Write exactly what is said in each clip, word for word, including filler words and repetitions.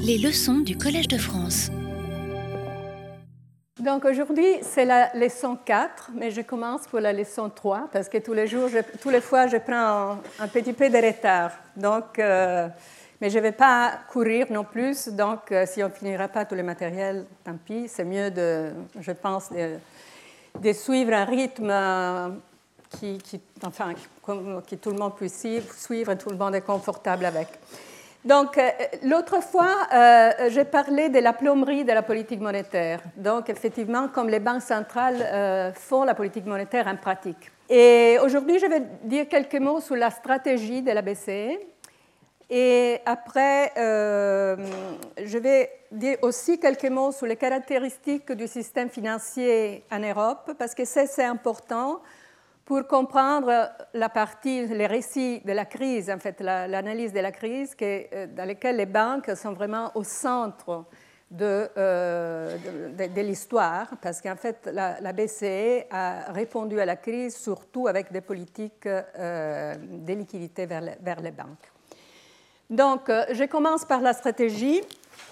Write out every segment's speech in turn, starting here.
Les leçons du Collège de France. Donc aujourd'hui, c'est la leçon quatre, mais je commence pour la leçon trois parce que tous les jours, je, tous les fois, je prends un, un petit peu de retard. Donc, euh, mais je ne vais pas courir non plus. Donc, euh, si on ne finira pas tout le matériel, tant pis. C'est mieux, de, je pense, de, de suivre un rythme euh, qui, qui, enfin, qui, qui tout le monde puisse suivre et tout le monde est confortable avec. Donc, euh, l'autre fois, euh, j'ai parlé de la plomberie de la politique monétaire. Donc, effectivement, comme les banques centrales euh, font la politique monétaire en pratique. Et aujourd'hui, je vais dire quelques mots sur la stratégie de la B C E. Et après, euh, je vais dire aussi quelques mots sur les caractéristiques du système financier en Europe, parce que ça, c'est important pour comprendre la partie, les récits de la crise, en fait, la, l'analyse de la crise, que, dans laquelle les banques sont vraiment au centre de, euh, de, de, de l'histoire, parce qu'en fait, la, la B C E a répondu à la crise surtout avec des politiques euh, de liquidité vers, le, vers les banques. Donc, euh, je commence par la stratégie.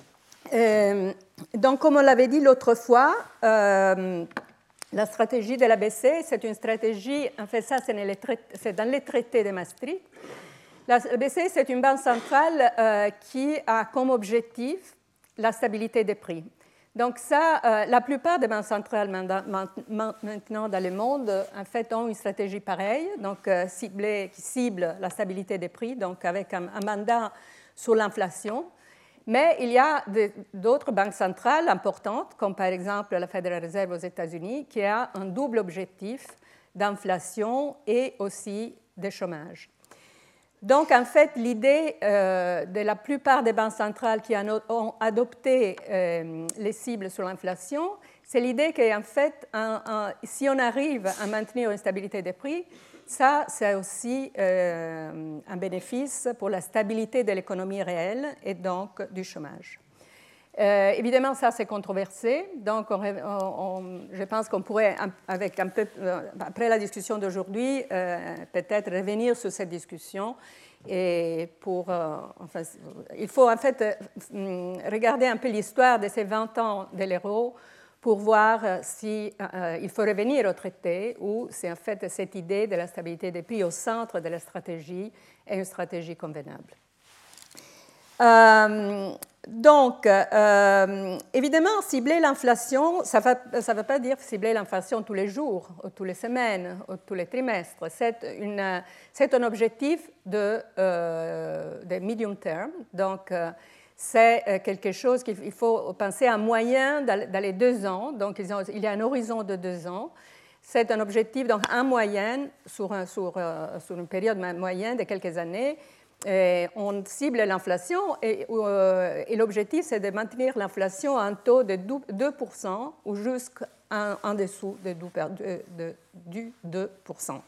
Euh, donc, comme on l'avait dit l'autre fois, euh, la stratégie de la B C E, c'est une stratégie, en fait, ça, c'est dans les traités de Maastricht. La B C E, c'est une banque centrale euh, qui a comme objectif la stabilité des prix. Donc, ça, euh, la plupart des banques centrales maintenant dans le monde, en fait, ont une stratégie pareille, donc euh, ciblée, qui cible la stabilité des prix, donc avec un, un mandat sur l'inflation. Mais il y a de, d'autres banques centrales importantes, comme par exemple la Federal Reserve aux États-Unis, qui a un double objectif d'inflation et aussi de chômage. Donc, en fait, l'idée euh, de la plupart des banques centrales qui ont adopté euh, les cibles sur l'inflation, c'est l'idée qu'en fait, un, un, si on arrive à maintenir une stabilité des prix, ça, c'est aussi euh, un bénéfice pour la stabilité de l'économie réelle et donc du chômage. Euh, évidemment, ça, c'est controversé. Donc, on, on, je pense qu'on pourrait, avec un peu, après la discussion d'aujourd'hui, euh, peut-être revenir sur cette discussion. Et pour, euh, enfin, il faut en fait euh, regarder un peu l'histoire de ces vingt ans de l'euro pour voir si euh, il faut revenir au traité ou si en fait cette idée de la stabilité des prix au centre de la stratégie est une stratégie convenable. Euh, donc, euh, évidemment, cibler l'inflation, ça ne veut pas dire cibler l'inflation tous les jours, ou tous les semaines, ou tous les trimestres. C'est, une, c'est un objectif de, euh, de medium term. Donc, euh, c'est quelque chose qu'il faut penser à moyen dans, dans les deux ans. Donc, ils ont, il y a un horizon de deux ans. C'est un objectif, donc, en moyenne, sur, un, sur, euh, sur une période moyenne de quelques années. Et on cible l'inflation et, euh, et l'objectif, c'est de maintenir l'inflation à un taux de deux pour cent ou jusqu'en en dessous de deux, de, de, du deux pour cent.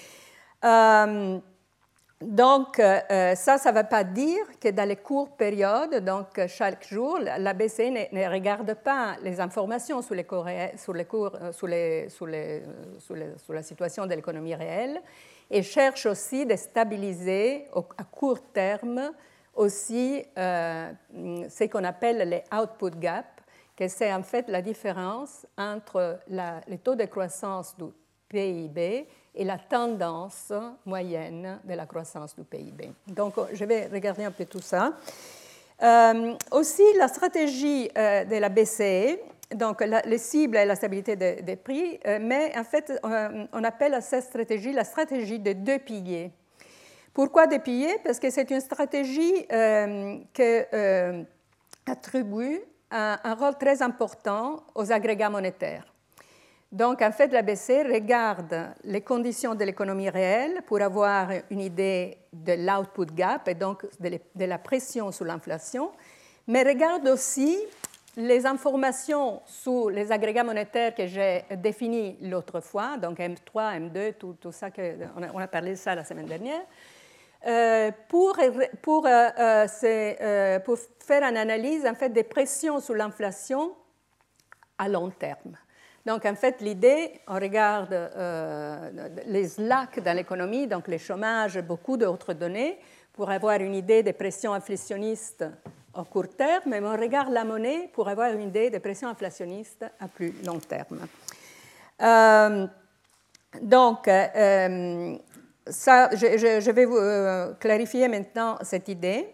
Euh, donc, euh, ça, ça ne veut pas dire que dans les courtes périodes, donc chaque jour, la B C E ne, ne regarde pas les informations sur, les cours, sur, les cours, sur, les, sur, les, sur, les, sur la situation de l'économie réelle et cherche aussi de stabiliser à court terme aussi euh, ce qu'on appelle les output gaps, que c'est en fait la différence entre la, les taux de croissance du P I B et la tendance moyenne de la croissance du P I B. Donc, je vais regarder un peu tout ça. Euh, aussi, la stratégie euh, de la B C E, donc la, les cibles et la stabilité des de prix, euh, mais en fait, euh, on appelle à cette stratégie la stratégie des deux piliers. Pourquoi deux piliers? Parce que c'est une stratégie euh, qui euh, attribue un, un rôle très important aux agrégats monétaires. Donc, en fait, la B C E regarde les conditions de l'économie réelle pour avoir une idée de l'output gap et donc de, de la pression sur l'inflation, mais regarde aussi les informations sur les agrégats monétaires que j'ai définis l'autre fois, donc M trois, M deux, tout, tout ça, que, on, a, on a parlé de ça la semaine dernière, euh, pour, pour, euh, euh, pour faire une analyse en fait, des pressions sur l'inflation à long terme. Donc, en fait, l'idée, on regarde euh, les slacks dans l'économie, donc les chômages, beaucoup d'autres données, pour avoir une idée des pressions inflationnistes à court terme, mais on regarde la monnaie pour avoir une idée des pressions inflationnistes à plus long terme. Euh, donc, euh, ça, je, je, je vais vous euh, clarifier maintenant cette idée.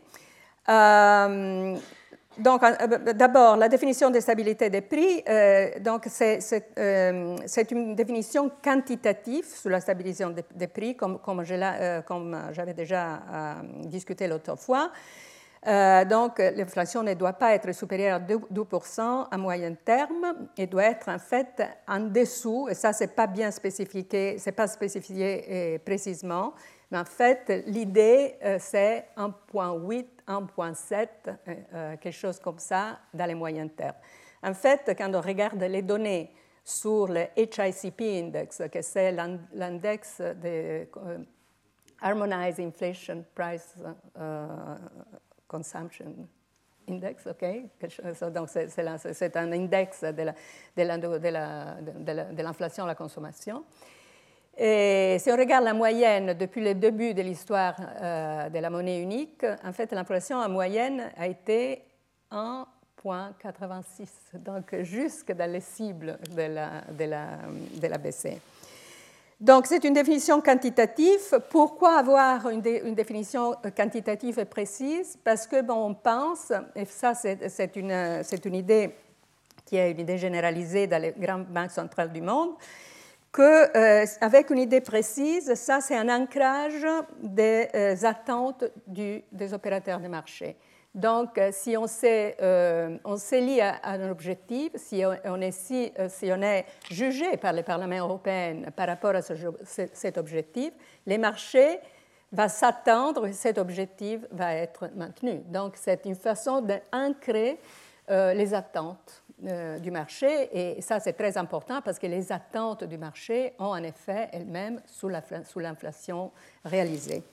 Euh, donc, euh, d'abord, la définition de stabilité des prix, euh, donc c'est, c'est, euh, c'est une définition quantitative sur la stabilisation des, des prix, comme, comme, je euh, comme j'avais déjà euh, discuté l'autre fois. Euh, donc, l'inflation ne doit pas être supérieure à deux pour cent à moyen terme, elle doit être en fait en dessous, et ça, ce n'est pas bien spécifié, c'est pas spécifié euh, précisément, mais en fait, l'idée, euh, c'est un virgule huit, un virgule sept, euh, euh, quelque chose comme ça, dans les moyens termes. En fait, quand on regarde les données sur le H I C P Index, que c'est l'index de euh, Harmonized Inflation Price euh, Consumption Index, ok? Donc, c'est, c'est, c'est un index de, la, de, la, de, la, de, la, de l'inflation à la consommation. Et si on regarde la moyenne depuis le début de l'histoire euh, de la monnaie unique, en fait, l'inflation en moyenne a été un virgule quatre-vingt-six, donc jusque dans les cibles de la, de la, de la B C E. Donc, c'est une définition quantitative. Pourquoi avoir une, dé, une définition quantitative et précise? Parce que, bon, on pense, et ça, c'est, c'est, une, c'est une idée qui est une idée généralisée dans les grandes banques centrales du monde, qu'avec euh, une idée précise, ça, c'est un ancrage des euh, attentes du, des opérateurs de marché. Donc, si on, sait, euh, on se lie à, à un objectif, si on, on est, si, si on est jugé par le Parlement européen par rapport à ce, cet objectif, les marchés vont s'attendre que cet objectif va être maintenu. Donc, c'est une façon d'ancrer euh, les attentes euh, du marché, et ça, c'est très important parce que les attentes du marché ont en effet elles-mêmes sous, la, sous l'inflation réalisée.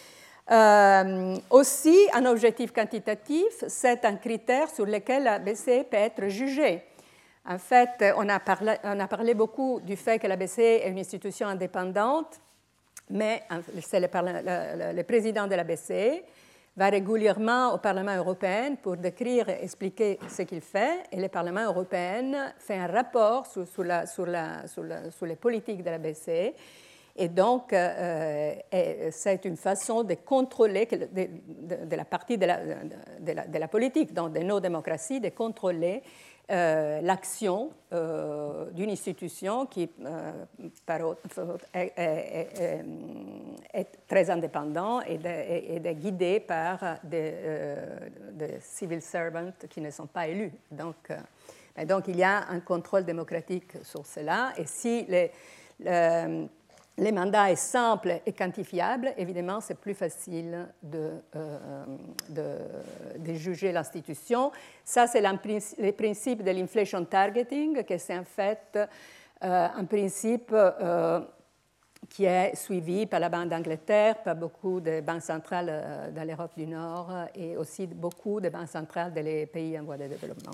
Euh, aussi, un objectif quantitatif, c'est un critère sur lequel la B C E peut être jugée. En fait, on a, parlé, on a parlé beaucoup du fait que la B C E est une institution indépendante, mais c'est le, le, le président de la B C E va régulièrement au Parlement européen pour décrire et expliquer ce qu'il fait, et le Parlement européen fait un rapport sur, sur, la, sur, la, sur, la, sur les politiques de la B C E. Et donc, euh, c'est une façon de contrôler, de, de, de la partie de la, de, la, de la politique, donc de nos démocraties, de contrôler euh, l'action euh, d'une institution qui euh, par, est, est, est, est très indépendante et, de, et de guidée par des, euh, des civil servants qui ne sont pas élus. Donc, euh, donc, il y a un contrôle démocratique sur cela. Et si les... les Le mandat est simple et quantifiable, évidemment, c'est plus facile de, euh, de, de juger l'institution. Ça, c'est le principe de l'inflation targeting, que c'est en fait euh, un principe euh, qui est suivi par la Banque d'Angleterre, par beaucoup de banques centrales euh, dans l'Europe du Nord et aussi beaucoup de banques centrales des pays en voie de développement.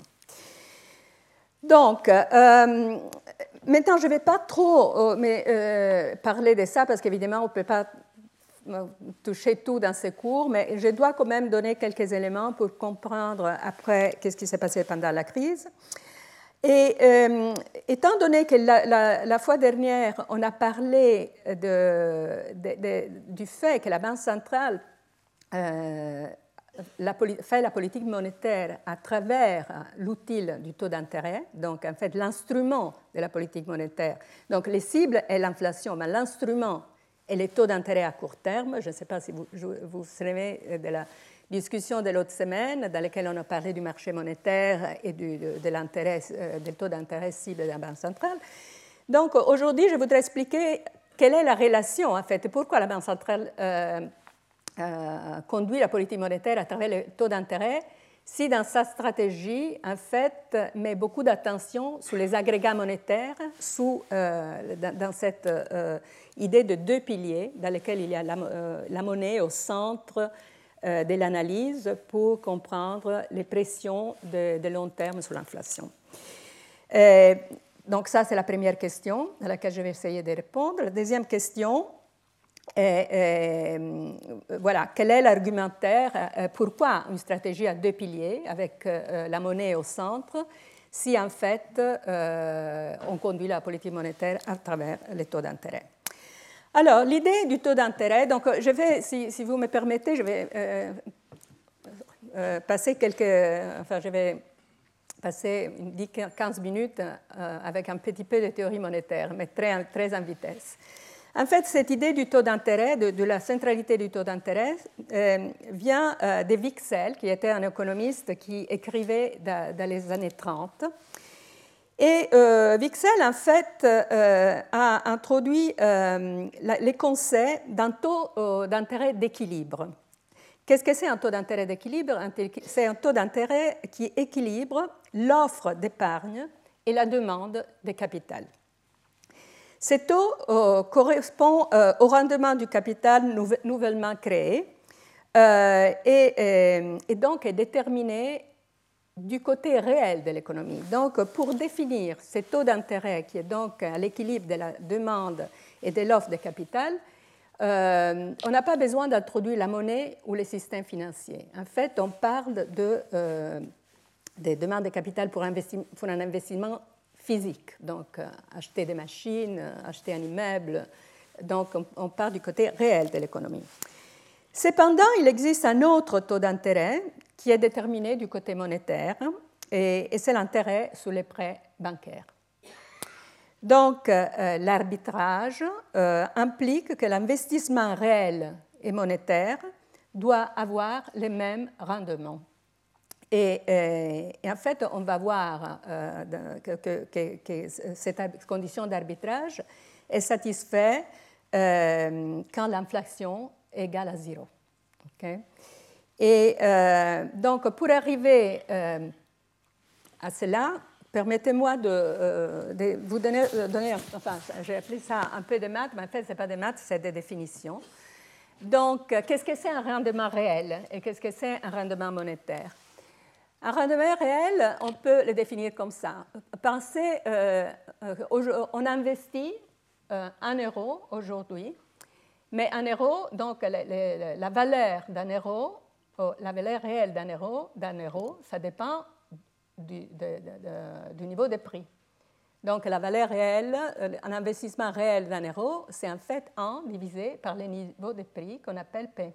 Donc, euh, maintenant, je ne vais pas trop euh, mais, euh, parler de ça parce qu'évidemment, on ne peut pas toucher tout dans ces cours, mais je dois quand même donner quelques éléments pour comprendre après qu'est-ce qui s'est passé pendant la crise. Et euh, étant donné que la, la, la fois dernière, on a parlé de, de, de, du fait que la Banque centrale euh, La, fait la politique monétaire à travers l'outil du taux d'intérêt, donc en fait l'instrument de la politique monétaire. Donc les cibles est l'inflation, mais l'instrument est les taux d'intérêt à court terme. Je ne sais pas si vous vous souvenez de la discussion de l'autre semaine dans laquelle on a parlé du marché monétaire et du, de, de l'intérêt, des taux d'intérêt cible de la Banque centrale. Donc aujourd'hui, je voudrais expliquer quelle est la relation en fait et pourquoi la Banque centrale euh, Euh, conduit la politique monétaire à travers les taux d'intérêt si dans sa stratégie, en fait, met beaucoup d'attention sur les agrégats monétaires, sous, euh, dans, dans cette euh, idée de deux piliers dans lesquels il y a la, euh, la monnaie au centre euh, de l'analyse pour comprendre les pressions de, de long terme sur l'inflation. Euh, donc ça, c'est la première question à laquelle je vais essayer de répondre. La deuxième question, Et, et, voilà, quel est l'argumentaire, pourquoi une stratégie à deux piliers avec la monnaie au centre, si en fait euh, on conduit la politique monétaire à travers les taux d'intérêt. Alors, l'idée du taux d'intérêt, donc je vais, si, si vous me permettez, je vais euh, euh, passer quelques, enfin je vais passer dix à quinze minutes euh, avec un petit peu de théorie monétaire, mais très, très en vitesse. En fait, cette idée du taux d'intérêt, de, de la centralité du taux d'intérêt, euh, vient euh, de Wicksell, qui était un économiste qui écrivait dans, dans les années trente. Et euh, Wicksell, en fait, euh, a introduit euh, la, les concepts d'un taux euh, d'intérêt d'équilibre. Qu'est-ce que c'est un taux d'intérêt d'équilibre? C'est un taux d'intérêt qui équilibre l'offre d'épargne et la demande de capital. Ce taux euh, correspond euh, au rendement du capital nouve- nouvellement créé euh, et, et, et donc est déterminé du côté réel de l'économie. Donc, pour définir ce taux d'intérêt qui est donc à l'équilibre de la demande et de l'offre de capital, euh, on n'a pas besoin d'introduire la monnaie ou les systèmes financiers. En fait, on parle de, euh, des demandes de capital pour, investi- pour un investissement physique, donc euh, acheter des machines, acheter un immeuble, donc on, on part du côté réel de l'économie. Cependant, il existe un autre taux d'intérêt qui est déterminé du côté monétaire, et, et c'est l'intérêt sur les prêts bancaires. Donc, euh, l'arbitrage euh, implique que l'investissement réel et monétaire doit avoir les mêmes rendements. Et, et, et en fait, on va voir euh, que, que, que, que cette condition d'arbitrage est satisfaite euh, quand l'inflation est égale à zéro. Okay? Et euh, donc, pour arriver euh, à cela, permettez-moi de, euh, de vous donner, donner, enfin, j'ai appelé ça un peu de maths, mais en fait, ce n'est pas des maths, c'est des définitions. Donc, qu'est-ce que c'est un rendement réel et qu'est-ce que c'est un rendement monétaire? Un rendement réel, on peut le définir comme ça. Pensez, euh, on investit euh, un euro aujourd'hui, mais un euro, donc la, la, la valeur d'un euro, la valeur réelle d'un euro, d'un euro, ça dépend du, de, de, de, du niveau de prix. Donc la valeur réelle, un investissement réel d'un euro, c'est en fait un divisé par le niveau de prix qu'on appelle P.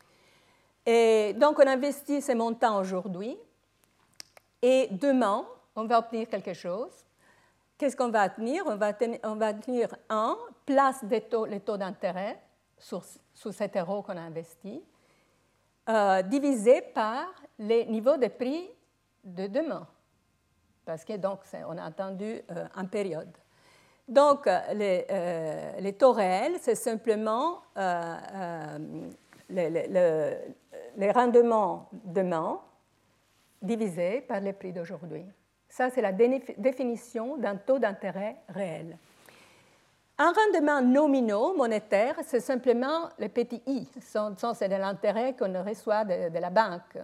Et donc on investit ces montants aujourd'hui. Et demain, on va obtenir quelque chose. Qu'est-ce qu'on va obtenir? On va obtenir, on va obtenir un, place des taux, les taux d'intérêt sur, sur cet euro qu'on a investi, euh, divisé par les niveaux de prix de demain. Parce que donc, on a attendu euh, en période. Donc, les, euh, les taux réels, c'est simplement euh, euh, les, les, les rendements demain divisé par les prix d'aujourd'hui. Ça, c'est la définition d'un taux d'intérêt réel. Un rendement nominal monétaire, c'est simplement le petit i. C'est de l'intérêt qu'on reçoit de, de la banque.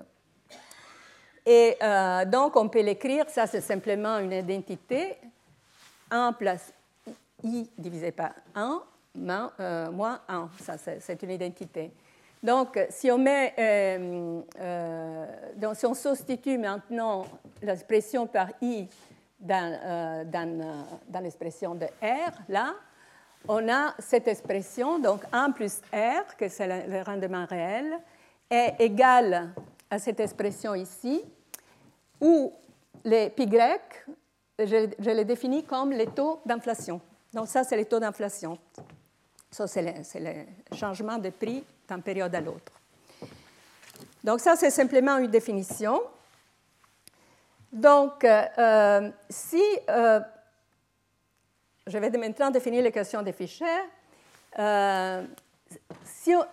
Et euh, donc, on peut l'écrire, ça, c'est simplement une identité. un plus i divisé par un, euh, moins un. Ça, c'est une identité. Donc, si on, met, euh, euh, donc, si on substitue maintenant l'expression par i dans, euh, dans, dans l'expression de r, là, on a cette expression, donc un plus r, que c'est le, le rendement réel, est égal à cette expression ici, où les πy, je, je les définis comme les taux d'inflation. Donc, ça, c'est les taux d'inflation. Ça, c'est le, le changement de prix d'une période à l'autre. Donc, ça, c'est simplement une définition. Donc, euh, si euh, je vais maintenant définir l'équation de Fisher, euh, si on,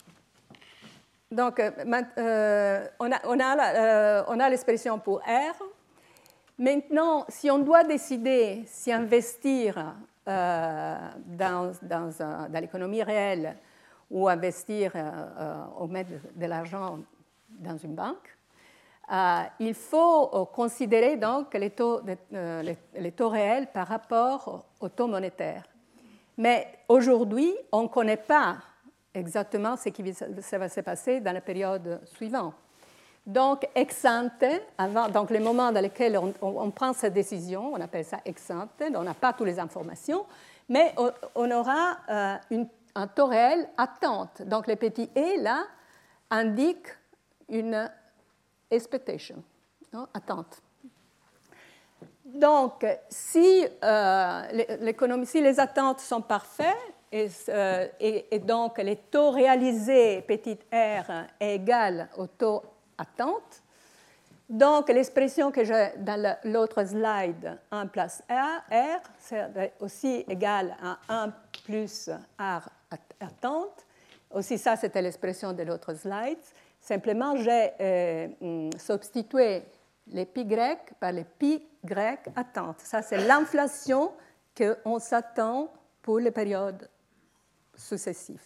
donc, euh, on a, on a, euh, on a l'expression pour R. Maintenant, si on doit décider si investir euh, dans, dans, dans l'économie réelle ou investir euh, ou mettre de l'argent dans une banque, euh, il faut considérer donc les taux, de, euh, les, les taux réels par rapport au taux monétaire. Mais aujourd'hui, on ne connaît pas exactement ce qui va se passer dans la période suivante. Donc, ex ante, avant, donc les moments dans lesquels on, on, on prend cette décision, on appelle ça ex ante, on n'a pas toutes les informations, mais on, on aura euh, une, un taux réel attente. Donc, les petits e là indiquent une expectation, non, attente. Donc, si, euh, l'économie, si les attentes sont parfaites, et, euh, et, et donc les taux réalisés petit r est égal au taux attente, donc l'expression que j'ai dans l'autre slide, un plus R, c'est aussi égal à un plus R attente. Aussi, ça, c'était l'expression de l'autre slide. Simplement, j'ai euh, substitué les pi grecs par les pi grecs attentes. Ça, c'est l'inflation qu'on s'attend pour les périodes successives.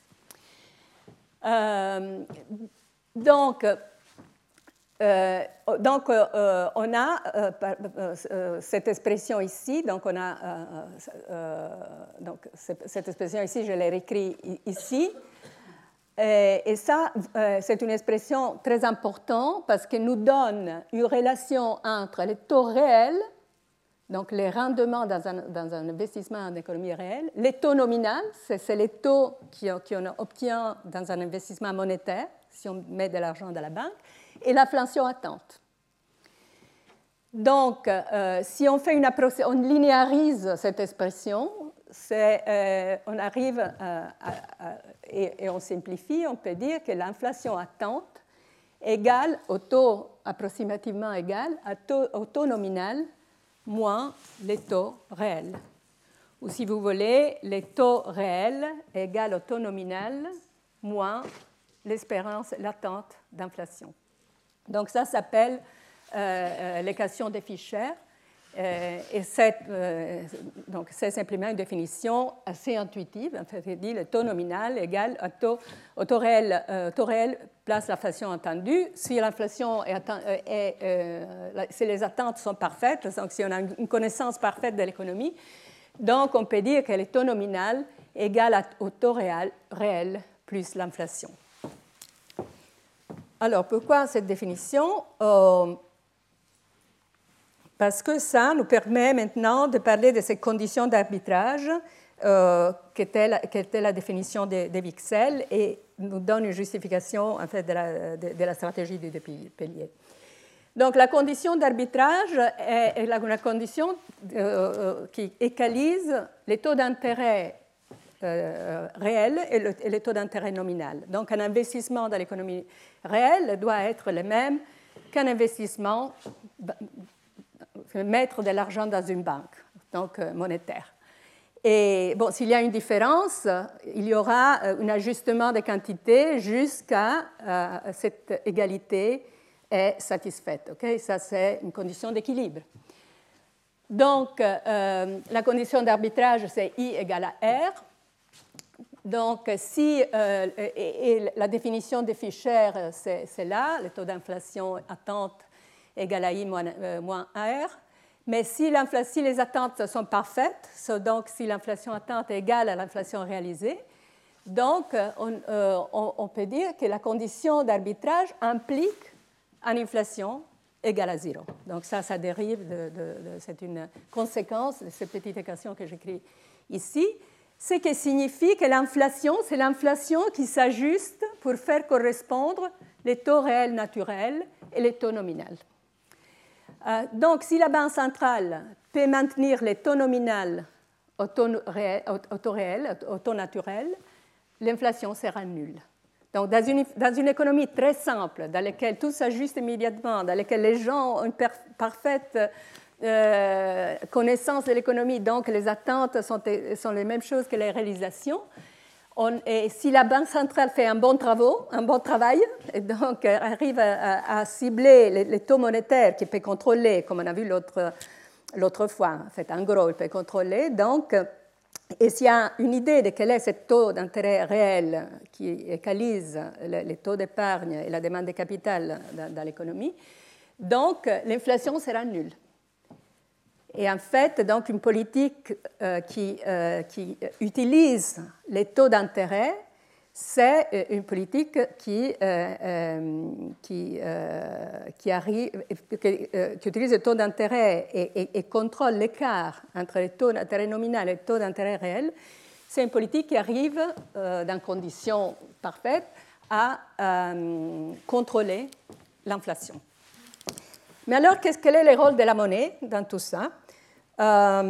Euh, donc, euh, donc euh, on a euh, euh, cette expression ici. Donc, on a euh, euh, donc, cette expression ici, je l'ai réécrite ici. Et ça, c'est une expression très importante parce qu'elle nous donne une relation entre les taux réels, donc les rendements dans un, dans un investissement en économie réelle, les taux nominaux, c'est les taux qu'on obtient dans un investissement monétaire, si on met de l'argent dans la banque, et l'inflation attente. Donc, euh, si on fait une approche, on linéarise cette expression, Euh, on arrive à, à, à, et, et on simplifie, on peut dire que l'inflation attente égale au taux approximativement égal à taux, au taux nominal moins les taux réels. Ou si vous voulez, les taux réels égale au taux nominal moins l'espérance, l'attente d'inflation. Donc ça s'appelle euh, l'équation de Fisher. Euh, et c'est, euh, donc c'est simplement une définition assez intuitive. En fait, il dit le taux nominal égale au taux, au taux réel, euh, taux réel place l'inflation attendue. Si l'inflation est, est euh, si les attentes sont parfaites, donc si on a une connaissance parfaite de l'économie, donc on peut dire que le taux nominal égale au taux réel, réel plus l'inflation. Alors, pourquoi cette définition? euh, Parce que ça nous permet maintenant de parler de ces conditions d'arbitrage euh, qu'était la, qu'était la définition de, de Wicksell et nous donne une justification en fait, de, la, de, de la stratégie du Depelier. Donc la condition d'arbitrage est, est la condition euh, qui égalise les taux d'intérêt euh, réels et, le, et les taux d'intérêt nominal. Donc un investissement dans l'économie réelle doit être le même qu'un investissement mettre de l'argent dans une banque, donc euh, monétaire. Et bon, s'il y a une différence, il y aura un ajustement des quantités jusqu'à euh, cette égalité est satisfaite. Okay? Ça, c'est une condition d'équilibre. Donc, euh, la condition d'arbitrage, c'est I égale à R. Donc, si, euh, et, et la définition de Fisher, c'est, c'est là, le taux d'inflation attente égale à I moins, euh, moins R. Mais si, si les attentes sont parfaites, so donc si l'inflation attente est égale à l'inflation réalisée, donc on, euh, on, on peut dire que la condition d'arbitrage implique une inflation égale à zéro. Donc ça, ça dérive, de, de, de, c'est une conséquence de cette petite équation que j'écris ici, ce qui signifie que l'inflation, c'est l'inflation qui s'ajuste pour faire correspondre les taux réels naturels et les taux nominaux. Euh, donc, si la Banque centrale peut maintenir les taux nominaux au taux réel, au, au taux, réel, au taux naturel, l'inflation sera nulle. Donc, dans une, dans une économie très simple, dans laquelle tout s'ajuste immédiatement, dans laquelle les gens ont une per, parfaite euh, connaissance de l'économie, donc les attentes sont, sont les mêmes choses que les réalisations, on, et si la Banque centrale fait un bon, travaux, un bon travail, et donc arrive à, à cibler les, les taux monétaires qu'il peut contrôler, comme on a vu l'autre, l'autre fois, en fait, en gros, il peut contrôler. Donc, et s'il y a une idée de quel est ce taux d'intérêt réel qui égalise les, les taux d'épargne et la demande de capital dans, dans l'économie, donc l'inflation sera nulle. Et en fait, donc, une politique euh, qui, euh, qui utilise les taux d'intérêt c'est une politique qui, euh, euh, qui, euh, qui, arrive, qui, euh, qui utilise le taux d'intérêt et, et, et contrôle l'écart entre le taux d'intérêt nominal et le taux d'intérêt réel. C'est une politique qui arrive, euh, dans conditions parfaites, à euh, contrôler l'inflation. Mais alors, qu'est-ce, quel est le rôle de la monnaie dans tout ça? euh,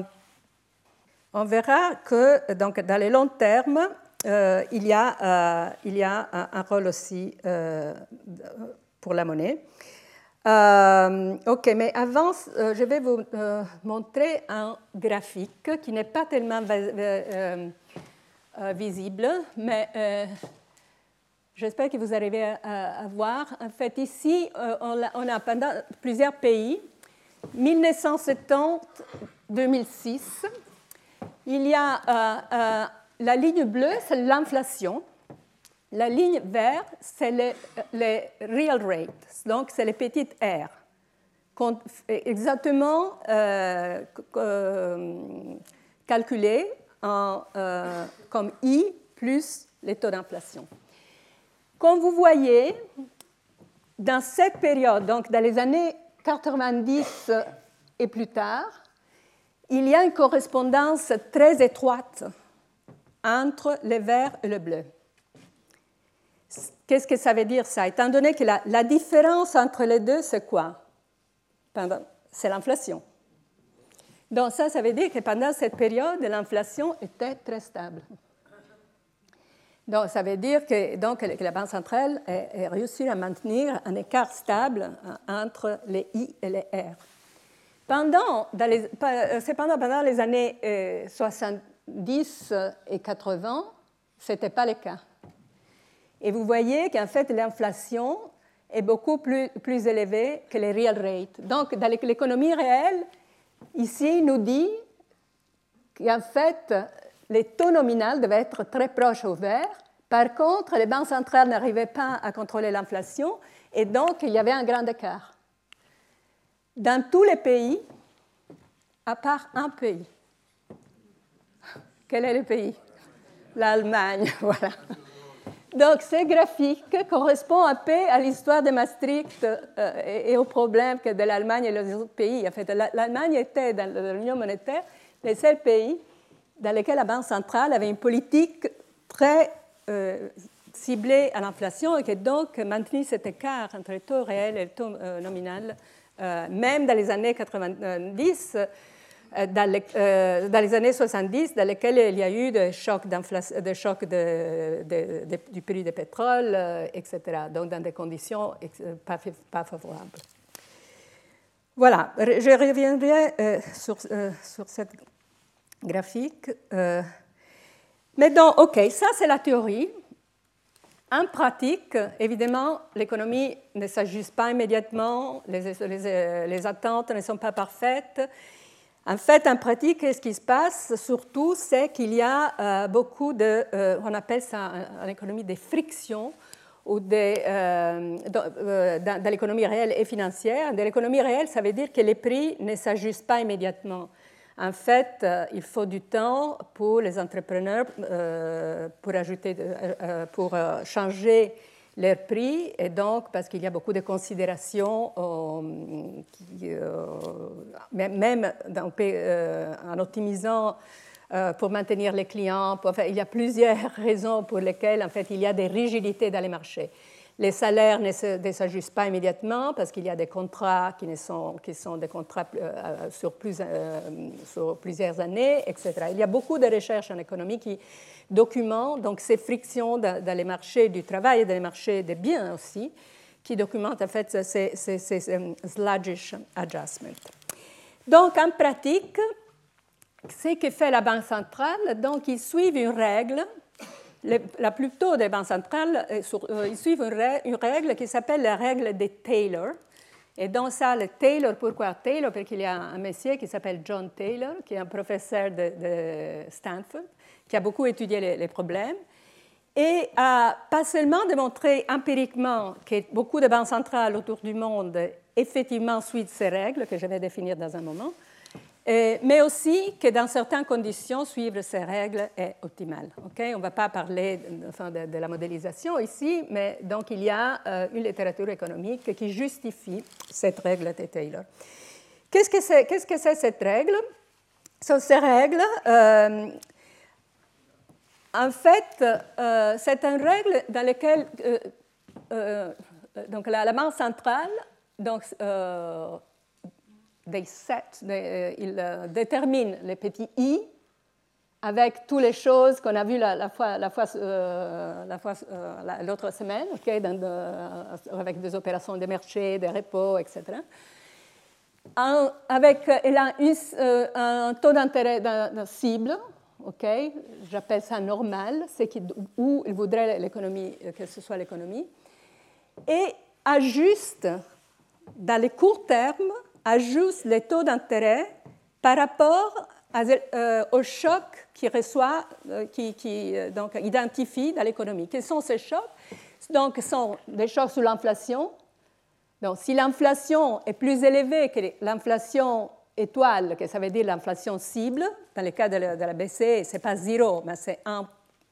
On verra que donc, dans les longs termes, euh, il, y a, euh, il y a un, un rôle aussi euh, pour la monnaie. Euh, ok, mais avant, euh, je vais vous euh, montrer un graphique qui n'est pas tellement euh, euh, visible, mais euh, j'espère que vous arrivez à, à voir. En fait, ici, euh, on, a, on a pendant plusieurs pays, mille neuf cent soixante-dix à deux mille six, il y a euh, euh, la ligne bleue, c'est l'inflation. La ligne verte, c'est les, les real rates, donc c'est les petites R, exactement euh, euh, calculées en, euh, comme I plus les taux d'inflation. Comme vous voyez, dans cette période, donc dans les années quatre-vingt-dix et plus tard, il y a une correspondance très étroite entre le vert et le bleu. Qu'est-ce que ça veut dire ça? Étant donné que la, la différence entre les deux, c'est quoi? C'est l'inflation. Donc ça, ça veut dire que pendant cette période, l'inflation était très stable. Donc ça veut dire que, donc, que la Banque centrale a, a réussi à maintenir un écart stable entre les I et les R. Pendant, dans les, cependant, pendant les années euh, soixante-dix et quatre-vingts, ce n'était pas le cas. Et vous voyez qu'en fait, l'inflation est beaucoup plus, plus élevée que les real rates. Donc, dans l'économie réelle, ici, il nous dit qu'en fait, les taux nominaux devaient être très proches au vert. Par contre, les banques centrales n'arrivaient pas à contrôler l'inflation, et donc, il y avait un grand écart. Dans tous les pays, à part un pays. Quel est le pays? L'Allemagne, voilà. Donc, ce graphique correspond un peu à l'histoire de Maastricht euh, et, et aux problèmes que de l'Allemagne et les autres pays. En fait, l'Allemagne était, dans l'Union monétaire, le seul pays dans lequel la Banque centrale avait une politique très euh, ciblée à l'inflation et qui donc maintenu cet écart entre le taux réel et le taux euh, nominal, euh, même dans les années quatre-vingt-dix. Dans les, euh, dans les années soixante-dix, dans lesquelles il y a eu des chocs, des chocs de, de, de, du prix du pétrole, euh, et cetera. Donc, dans des conditions pas, pas favorables. Voilà, je reviendrai euh, sur, euh, sur cette graphique. Euh, mais donc, OK, ça, c'est la théorie. En pratique, évidemment, l'économie ne s'ajuste pas immédiatement, les, les, les attentes ne sont pas parfaites. En fait, en pratique, ce qui se passe surtout, c'est qu'il y a euh, beaucoup de, euh, on appelle ça en économie des frictions, ou des, euh, dans, euh, dans, dans l'économie réelle et financière. Dans l'économie réelle, ça veut dire que les prix ne s'ajustent pas immédiatement. En fait, euh, il faut du temps pour les entrepreneurs euh, pour, ajouter de, euh, pour euh, changer leurs prix, et donc parce qu'il y a beaucoup de considérations, euh, qui, euh, même dans, euh, en optimisant euh, pour maintenir les clients. Pour, enfin, il y a plusieurs raisons pour lesquelles en fait, il y a des rigidités dans les marchés. Les salaires ne s'ajustent pas immédiatement parce qu'il y a des contrats qui, ne sont, qui sont des contrats euh, sur, plus, euh, sur plusieurs années, et cetera. Il y a beaucoup de recherches en économie qui documentent donc, ces frictions dans, dans les marchés du travail et dans les marchés des biens aussi, qui documentent en fait ces, ces, ces, ces sluggish adjustments. Donc, en pratique, ce que fait la Banque centrale, donc, ils suivent une règle. Les, la plupart des banques centrales, euh, sur, euh, ils suivent une, règle, une règle qui s'appelle la règle de Taylor. Et dans ça, le Taylor, pourquoi Taylor? Parce qu'il y a un monsieur qui s'appelle John Taylor, qui est un professeur de, de Stanford, qui a beaucoup étudié les, les problèmes, et a pas seulement démontré empiriquement que beaucoup de banques centrales autour du monde effectivement suivent ces règles, que je vais définir dans un moment, Et, mais aussi que dans certaines conditions, suivre ces règles est optimal. Okay? On ne va pas parler de, enfin, de, de la modélisation ici, mais donc il y a euh, une littérature économique qui justifie cette règle de Taylor. Qu'est-ce que c'est, qu'est-ce que c'est cette règle? So, ces règles, euh, en fait, euh, c'est une règle dans laquelle euh, euh, donc la, la Banque centrale donc, euh, They set, they, uh, il uh, détermine les petits i avec toutes les choses qu'on a vues la, la fois, la fois, euh, la fois euh, la, l'autre semaine, okay, dans de, euh, avec des opérations de marché, des repos, et cetera. En, avec, il a une, euh, un taux d'intérêt d'un, d'un cible, okay, j'appelle ça normal, c'est qui, où il voudrait l'économie, que ce soit l'économie, et ajuste dans les courts termes ajuste les taux d'intérêt par rapport à, euh, au choc qu'il reçoit, euh, qui, qui euh, donc, identifie dans l'économie. Quels sont ces chocs? Donc, ce sont des chocs sur l'inflation. Donc, si l'inflation est plus élevée que l'inflation étoile, que ça veut dire l'inflation cible, dans le cas de la, de la B C E, ce n'est pas zéro, mais c'est un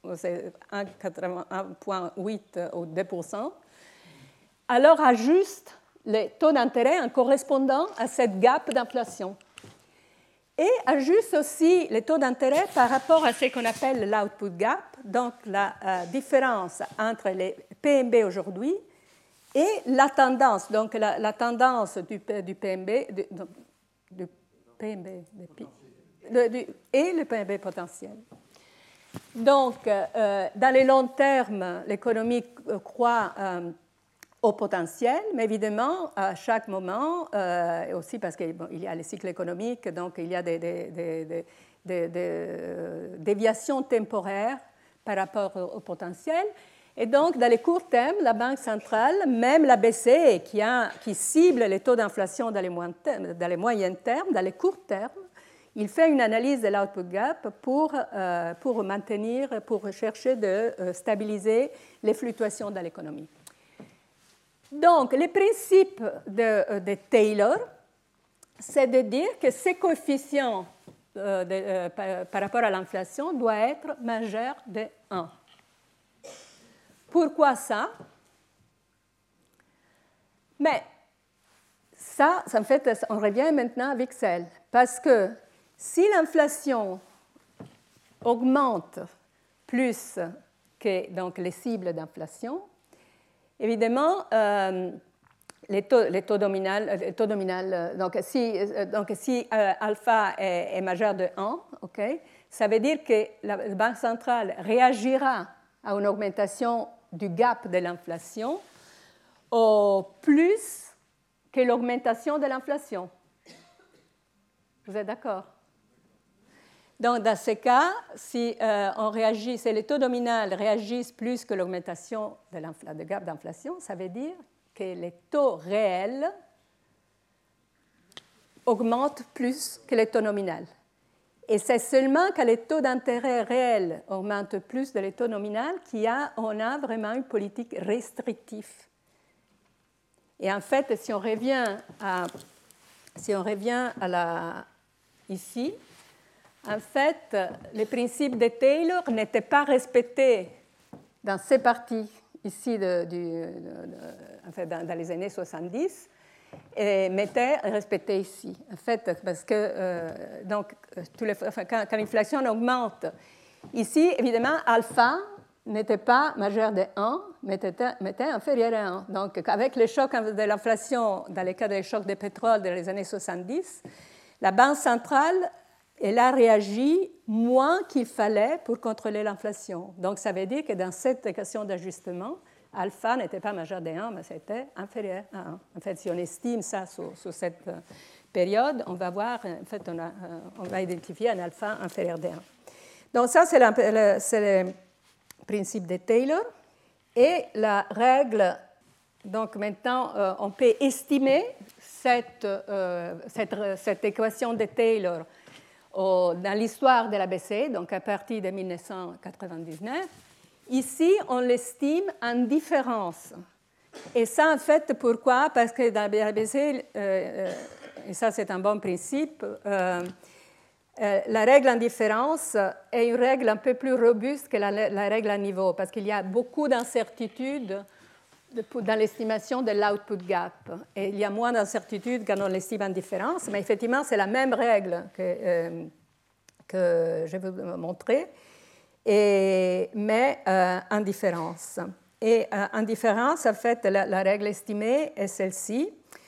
virgule huit ou deux pour cent, alors ajuste les taux d'intérêt en correspondant à cette gap d'inflation. Et ajuste aussi les taux d'intérêt par rapport à ce qu'on appelle l'output gap, donc la euh, différence entre les P M B aujourd'hui et la tendance, donc la, la tendance du, du P M B, du, du P M B du, le, du, et le P M B potentiel. Donc, euh, dans les longs termes, l'économie croît euh, au potentiel, mais évidemment, à chaque moment, euh, et aussi parce qu'il bon, y a les cycles économiques, donc il y a des, des, des, des, des, des déviations temporaires par rapport au, au potentiel. Et donc, dans les courts termes, la Banque centrale, même la B C E, qui, a, qui cible les taux d'inflation dans les, termes, dans les moyens termes, dans les courts termes, il fait une analyse de l'output gap pour, euh, pour maintenir, pour chercher de euh, stabiliser les fluctuations dans l'économie. Donc, le principe de, de Taylor, c'est de dire que ces coefficients euh, de, euh, par, par rapport à l'inflation doivent être majeurs de un. Pourquoi ça? Mais ça, en fait, on revient maintenant avec celle. Parce que si l'inflation augmente plus que donc, les cibles d'inflation, évidemment, euh, les taux, les taux nominal, les taux nominal, donc si, donc si euh, alpha est, est majeur de un, okay, ça veut dire que la Banque centrale réagira à une augmentation du gap de l'inflation au plus que l'augmentation de l'inflation. Vous êtes d'accord? Donc, dans ce cas, si euh, on réagit, si les taux nominaux réagissent plus que l'augmentation de, de gap d'inflation, ça veut dire que les taux réels augmentent plus que les taux nominaux. Et c'est seulement quand les taux d'intérêt réels augmentent plus que les taux nominaux qu'on a, a vraiment une politique restrictive. Et en fait, si on revient à, si on revient à la, ici, en fait, les principes de Taylor n'étaient pas respectés dans ces parties ici, de, de, de, de, en fait, dans, dans les années soixante-dix, et mais étaient respectés ici. En fait, parce que euh, donc, tous les, enfin, quand, quand l'inflation augmente, ici, évidemment, alpha n'était pas majeur de un, mais était, mais était inférieur à un. Donc, avec le choc de l'inflation, dans le cas des chocs de pétrole dans les années soixante-dix, la Banque centrale elle a réagi moins qu'il fallait pour contrôler l'inflation. Donc, ça veut dire que dans cette équation d'ajustement, alpha n'était pas majeur de un, mais c'était inférieur à un. En fait, si on estime ça sur, sur cette période, on va voir, en fait, on, a, on va identifier un alpha inférieur de un. Donc, ça, c'est, la, le, c'est le principe de Taylor. Et la règle, donc maintenant, euh, on peut estimer cette, euh, cette, cette équation de Taylor dans l'histoire de la B C E, donc à partir de mille neuf cent quatre-vingt-dix-neuf. Ici, on l'estime en différence. Et ça, en fait, pourquoi? Parce que dans la B C E, euh, et ça c'est un bon principe, euh, euh, la règle en différence est une règle un peu plus robuste que la, la règle à niveau, parce qu'il y a beaucoup d'incertitudes dans l'estimation de l'output gap. Et il y a moins d'incertitudes quand on l'estime en différence, mais effectivement, c'est la même règle que, euh, que je vais vous montrer, et, mais euh, en différence. Et euh, en différence, en fait, la, la règle estimée est celle-ci.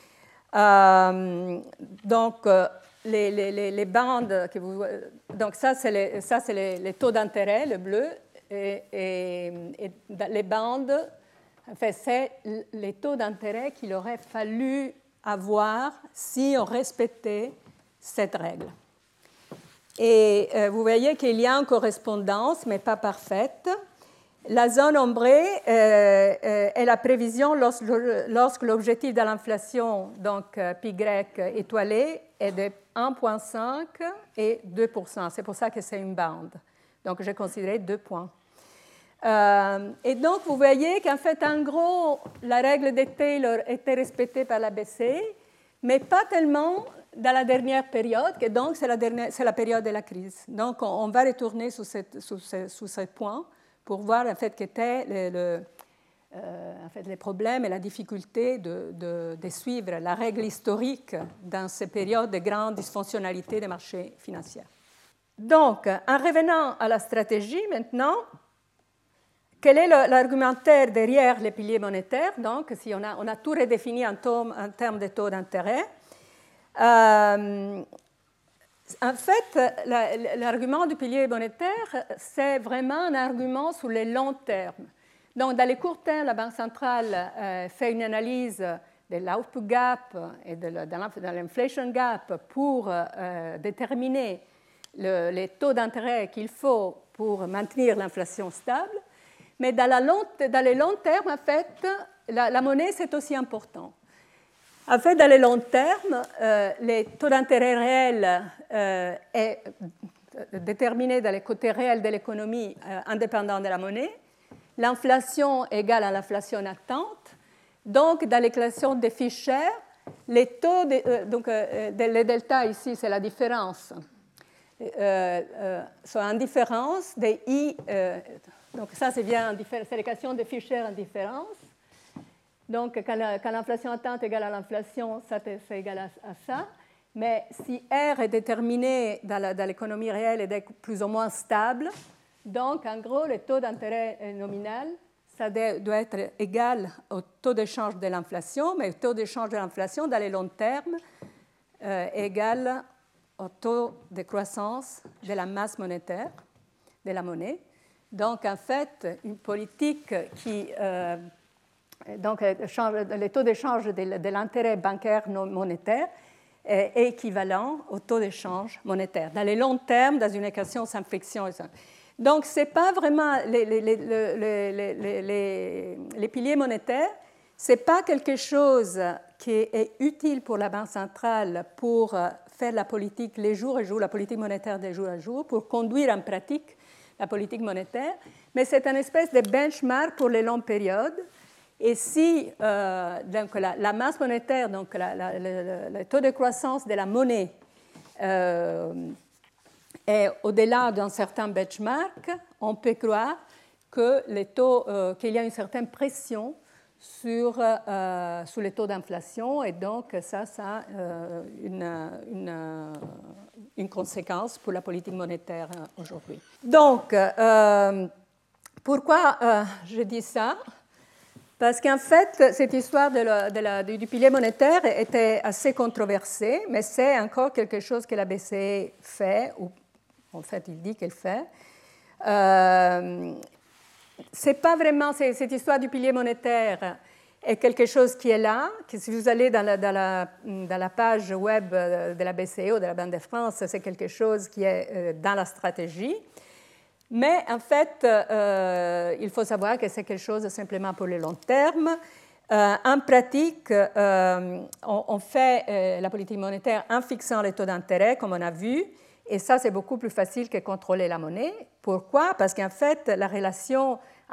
Euh, donc, euh, les, les, les bandes que vous... Donc, ça, c'est les, ça, c'est les, les taux d'intérêt, le bleu, et, et, et les bandes... En fait, c'est les taux d'intérêt qu'il aurait fallu avoir si on respectait cette règle. Et euh, vous voyez qu'il y a une correspondance, mais pas parfaite. La zone ombrée euh, euh, est la prévision lorsque, lorsque l'objectif de l'inflation, donc euh, pi grec étoilé, est de un virgule cinq et deux pour cent. C'est pour ça que c'est une bande. Donc, j'ai considéré deux points. Euh, et donc, vous voyez qu'en fait, en gros, la règle de Taylor était respectée par la B C E, mais pas tellement dans la dernière période, que donc c'est la, dernière, c'est la période de la crise. Donc, on, on va retourner sur, cette, sur, ce, sur ce point pour voir en fait qu'étaient le, le, euh, en fait, les problèmes et la difficulté de, de, de suivre la règle historique dans ces périodes de grande dysfonctionnalité des marchés financiers. Donc, en revenant à la stratégie maintenant, quel est l'argumentaire derrière les piliers monétaires? Donc, si on a, on a tout redéfini en, taux, en termes de taux d'intérêt. Euh, en fait, l'argument du pilier monétaire, c'est vraiment un argument sur les longs termes. Donc, dans les courts termes, la Banque centrale euh, fait une analyse de l'output gap et de l'inflation gap pour euh, déterminer le, les taux d'intérêt qu'il faut pour maintenir l'inflation stable. Mais dans, la long, dans les longs termes, en fait, la, la monnaie, c'est aussi important. En fait, dans les longs termes, euh, les taux d'intérêt réels euh, est déterminé dans les côtés réels de l'économie euh, indépendants de la monnaie. L'inflation est égale à l'inflation attente. Donc, dans l'équation de Fisher, les taux, de, euh, donc euh, de, le delta ici, c'est la différence, euh, euh, sont en différence des I. Euh, Donc ça, c'est bien, c'est l'équation de Fisher en différence. Donc quand l'inflation attente est égale à l'inflation, ça c'est égal à, à ça. Mais si R est déterminé dans l'économie réelle et est plus ou moins stable, donc en gros, le taux d'intérêt nominal, ça doit être égal au taux d'échange de l'inflation, mais le taux d'échange de l'inflation dans les longs termes euh, est égal au taux de croissance de la masse monétaire, de la monnaie. Donc, en fait, une politique qui... Euh, donc, le taux d'échange de, de l'intérêt bancaire non monétaire est équivalent au taux d'échange monétaire. Dans les longs termes, dans une équation sans friction. Donc, ce n'est pas vraiment... Les, les, les, les, les, les, les piliers monétaires, ce n'est pas quelque chose qui est utile pour la Banque centrale pour faire la politique les jours et jours, la politique monétaire des jours à jour, pour conduire en pratique la politique monétaire, mais c'est une espèce de benchmark pour les longues périodes. Et si euh, donc la, la masse monétaire, donc la, la, le, le taux de croissance de la monnaie euh, est au-delà d'un certain benchmark, on peut croire que les taux, euh, qu'il y a une certaine pression sur, euh, sur les taux d'inflation, et donc ça, ça a euh, une, une, une conséquence pour la politique monétaire aujourd'hui. Donc, euh, pourquoi euh, je dis ça? Parce qu'en fait, cette histoire de la, de la, du pilier monétaire était assez controversée, mais c'est encore quelque chose que la B C E fait, ou en fait, il dit qu'elle fait. Euh, c'est pas vraiment, c'est, cette histoire du pilier monétaire est quelque chose qui est là, que si vous allez dans la, dans la, dans la page web de la B C E ou de la Banque de France, c'est quelque chose qui est dans la stratégie. Mais en fait, euh, il faut savoir que c'est quelque chose simplement pour le long terme. Euh, en pratique, euh, on, on fait euh, la politique monétaire en fixant les taux d'intérêt, comme on a vu, et ça, c'est beaucoup plus facile que contrôler la monnaie. Pourquoi? Parce qu'en fait, la relation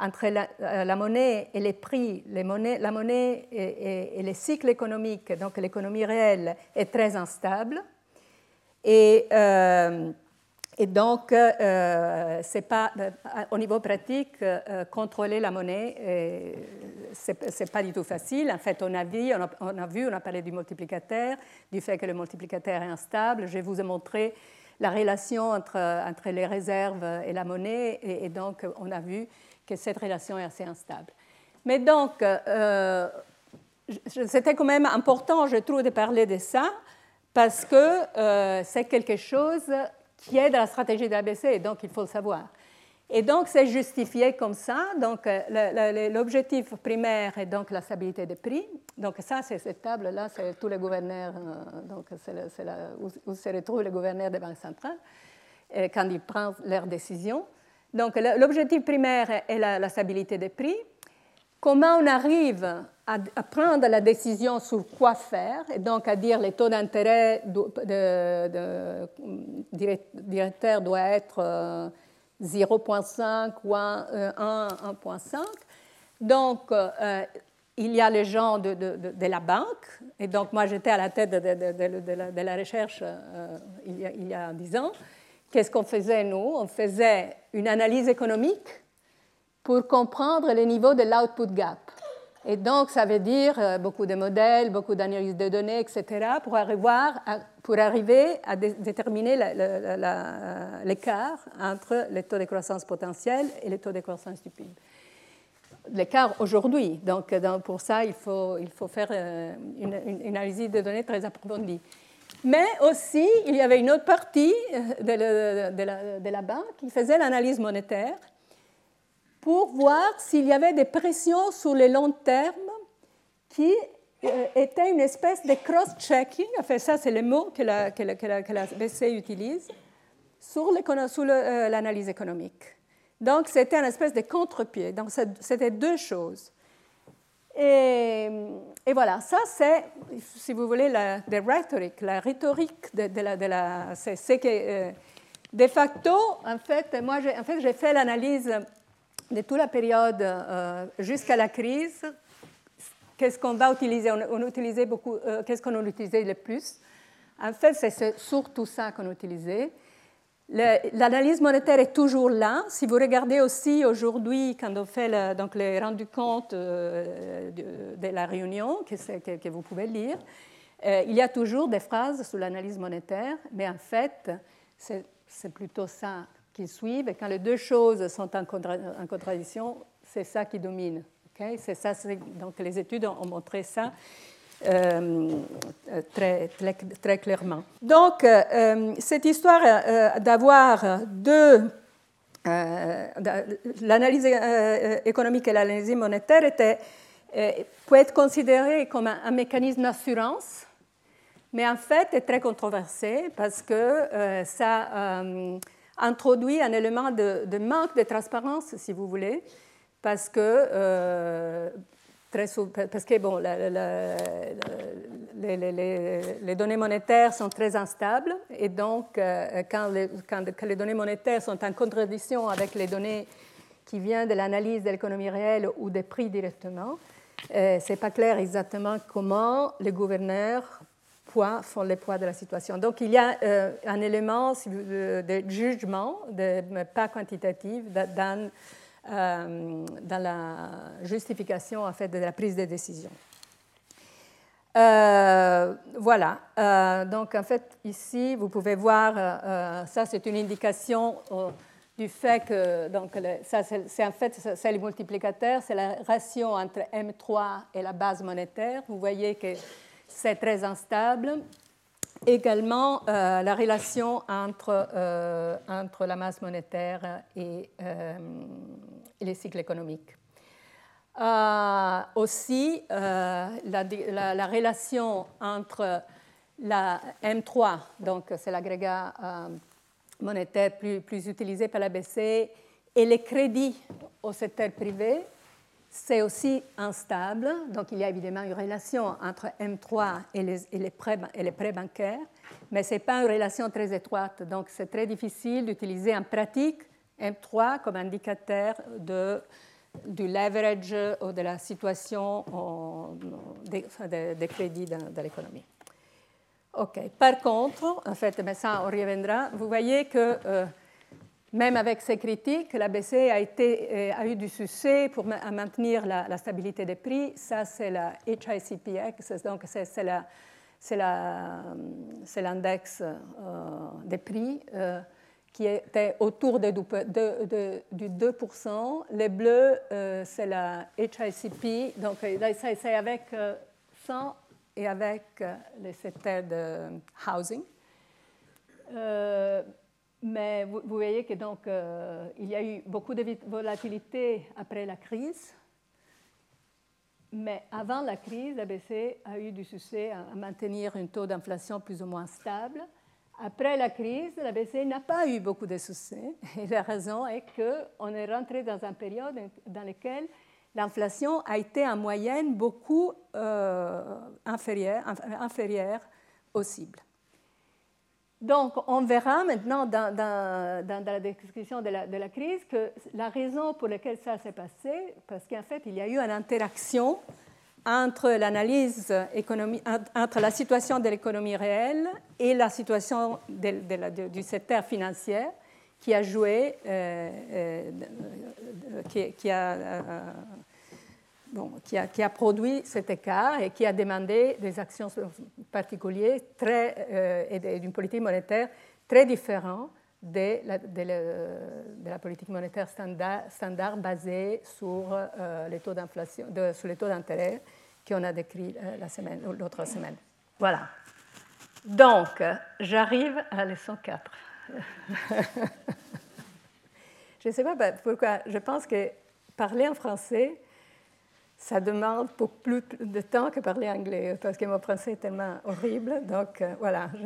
entre la, la monnaie et les prix, les monnaies, la monnaie et, et, et les cycles économiques, donc l'économie réelle, est très instable. Et, euh, et donc, euh, c'est pas, au niveau pratique, euh, contrôler la monnaie, ce n'est pas du tout facile. En fait, on a, vu, on, a, on a vu, on a parlé du multiplicateur, du fait que le multiplicateur est instable. Je vous ai montré la relation entre, entre les réserves et la monnaie, et, et donc on a vu que cette relation est assez instable. Mais donc, euh, c'était quand même important, je trouve, de parler de ça, parce que euh, c'est quelque chose qui est dans la stratégie de l'A B C, et donc il faut le savoir. Et donc, c'est justifié comme ça. Donc, l'objectif primaire est donc la stabilité des prix. Donc, ça, c'est cette table-là, c'est tous les gouverneurs, donc c'est là où, où se retrouvent les gouverneurs des banques centrales quand ils prennent leurs décisions. Donc, l'objectif primaire est la, la stabilité des prix. Comment on arrive à, à prendre la décision sur quoi faire, et donc à dire les taux d'intérêt de, de, de, directeur doit être euh, zéro virgule cinq ou un virgule cinq. Donc, euh, il y a les gens de, de, de, de la banque, et donc moi j'étais à la tête de, de, de, de, la, de la recherche euh, il, y a, il y a dix ans. Qu'est-ce qu'on faisait, nous? On faisait une analyse économique pour comprendre le niveau de l'output gap. Et donc, ça veut dire euh, beaucoup de modèles, beaucoup d'analyses de données, et cetera, pour arriver à, pour arriver à dé- déterminer l'écart entre les taux de croissance potentiels et les taux de croissance du P I B. L'écart aujourd'hui. Donc, donc, pour ça, il faut, il faut faire euh, une, une analyse de données très approfondie. Mais aussi, il y avait une autre partie de, le, de, la, de la banque qui faisait l'analyse monétaire pour voir s'il y avait des pressions sur le long terme qui euh, étaient une espèce de cross-checking, enfin ça c'est le mot que la, que la, que la, que la B C utilise, sur l'analyse économique. Donc c'était une espèce de contre-pied. Donc c'était deux choses. Et, et voilà, ça c'est, si vous voulez, la, la rhétorique, la rhétorique de, de la... De la c'est, c'est que, euh, de facto, en fait, moi j'ai, en fait, j'ai fait l'analyse de toute la période euh, jusqu'à la crise. Qu'est-ce qu'on va utiliser? On, on utilisait beaucoup, euh, qu'est-ce qu'on utilisait le plus? En fait, c'est surtout ça qu'on utilisait. Le, l'analyse monétaire est toujours là. Si vous regardez aussi aujourd'hui, quand on fait le, donc les rendus compte euh, de, de la réunion, que, que, que vous pouvez lire, euh, il y a toujours des phrases sur l'analyse monétaire, mais en fait, c'est, c'est plutôt ça qui suivent. Et quand les deux choses sont en, contra, en contradiction, c'est ça qui domine. Okay? C'est ça, c'est, donc les études ont, ont montré ça euh, très, très, très clairement. Donc, euh, cette histoire euh, d'avoir deux, euh, l'analyse euh, économique et l'analyse monétaire était, euh, peut être considérée comme un, un mécanisme d'assurance, mais en fait est très controversé parce que euh, ça euh, introduit un élément de, de manque de transparence, si vous voulez, parce que, euh, très souvent, parce que bon, la, la, la, les, les, les données monétaires sont très instables, et donc euh, quand, les, quand, quand les données monétaires sont en contradiction avec les données qui viennent de l'analyse de l'économie réelle ou des prix directement, euh, ce n'est pas clair exactement comment les gouverneurs poids font le poids de la situation. Donc, il y a euh, un élément de, de jugement, de, pas quantitatif, dans, euh, dans la justification en fait, de la prise de décision. Euh, voilà. Euh, donc, en fait, ici, vous pouvez voir, euh, ça, c'est une indication euh, du fait que, donc, le, ça, c'est, c'est en fait, c'est le multiplicateur, c'est la ratio entre M trois et la base monétaire. Vous voyez que c'est très instable. Également, euh, la relation entre, euh, entre la masse monétaire et, euh, et les cycles économiques. Euh, aussi, euh, la, la, la relation entre la M trois, donc c'est l'agrégat euh, monétaire plus, plus utilisé par la B C E, et les crédits au secteur privé, c'est aussi instable. Donc, il y a évidemment une relation entre M trois et les, et les, prêts, et les prêts bancaires, mais ce n'est pas une relation très étroite. Donc, c'est très difficile d'utiliser en pratique M trois comme indicateur de, du leverage ou de la situation en, des, des, des crédits dans, dans l'économie. OK. Par contre, en fait, mais ça, on reviendra, vous voyez que euh, même avec ces critiques, la B C E a, été, a eu du succès pour ma maintenir la, la stabilité des prix. Ça, c'est la H I C P X, donc c'est la... c'est l'index euh, des prix euh, qui était autour de, de, de, du deux pour cent. Les bleus, euh, c'est la H I C P. Donc, là, c'est avec euh, sans et avec euh, les secteurs de housing. Euh, mais vous, vous voyez que donc, euh, il y a eu beaucoup de volatilité après la crise. Mais avant la crise, la B C E a eu du succès à maintenir un taux d'inflation plus ou moins stable. Après la crise, la B C E n'a pas eu beaucoup de succès. Et la raison est qu'on est rentré dans une période dans laquelle l'inflation a été en moyenne beaucoup euh, inférieure, inférieure au cible. Donc, on verra maintenant dans, dans, dans la description de la, de la crise que la raison pour laquelle ça s'est passé, parce qu'en fait, il y a eu une interaction entre l'analyse économique, entre la situation de l'économie réelle et la situation de, de la, de, du secteur financier qui a joué, euh, euh, qui, qui a... Euh, Bon, qui, a, qui a produit cet écart et qui a demandé des actions particulières très, euh, et d'une politique monétaire très différente de la, de la, de la politique monétaire standard, standard basée sur, euh, les taux d'inflation, de, sur les taux d'intérêt qu'on a décrit euh, la semaine, l'autre semaine. Voilà. Donc, j'arrive à la leçon quatre. Je ne sais pas pourquoi, je pense que parler en français, ça demande beaucoup plus de temps que parler anglais, parce que mon français est tellement horrible. Donc, euh, voilà. Je...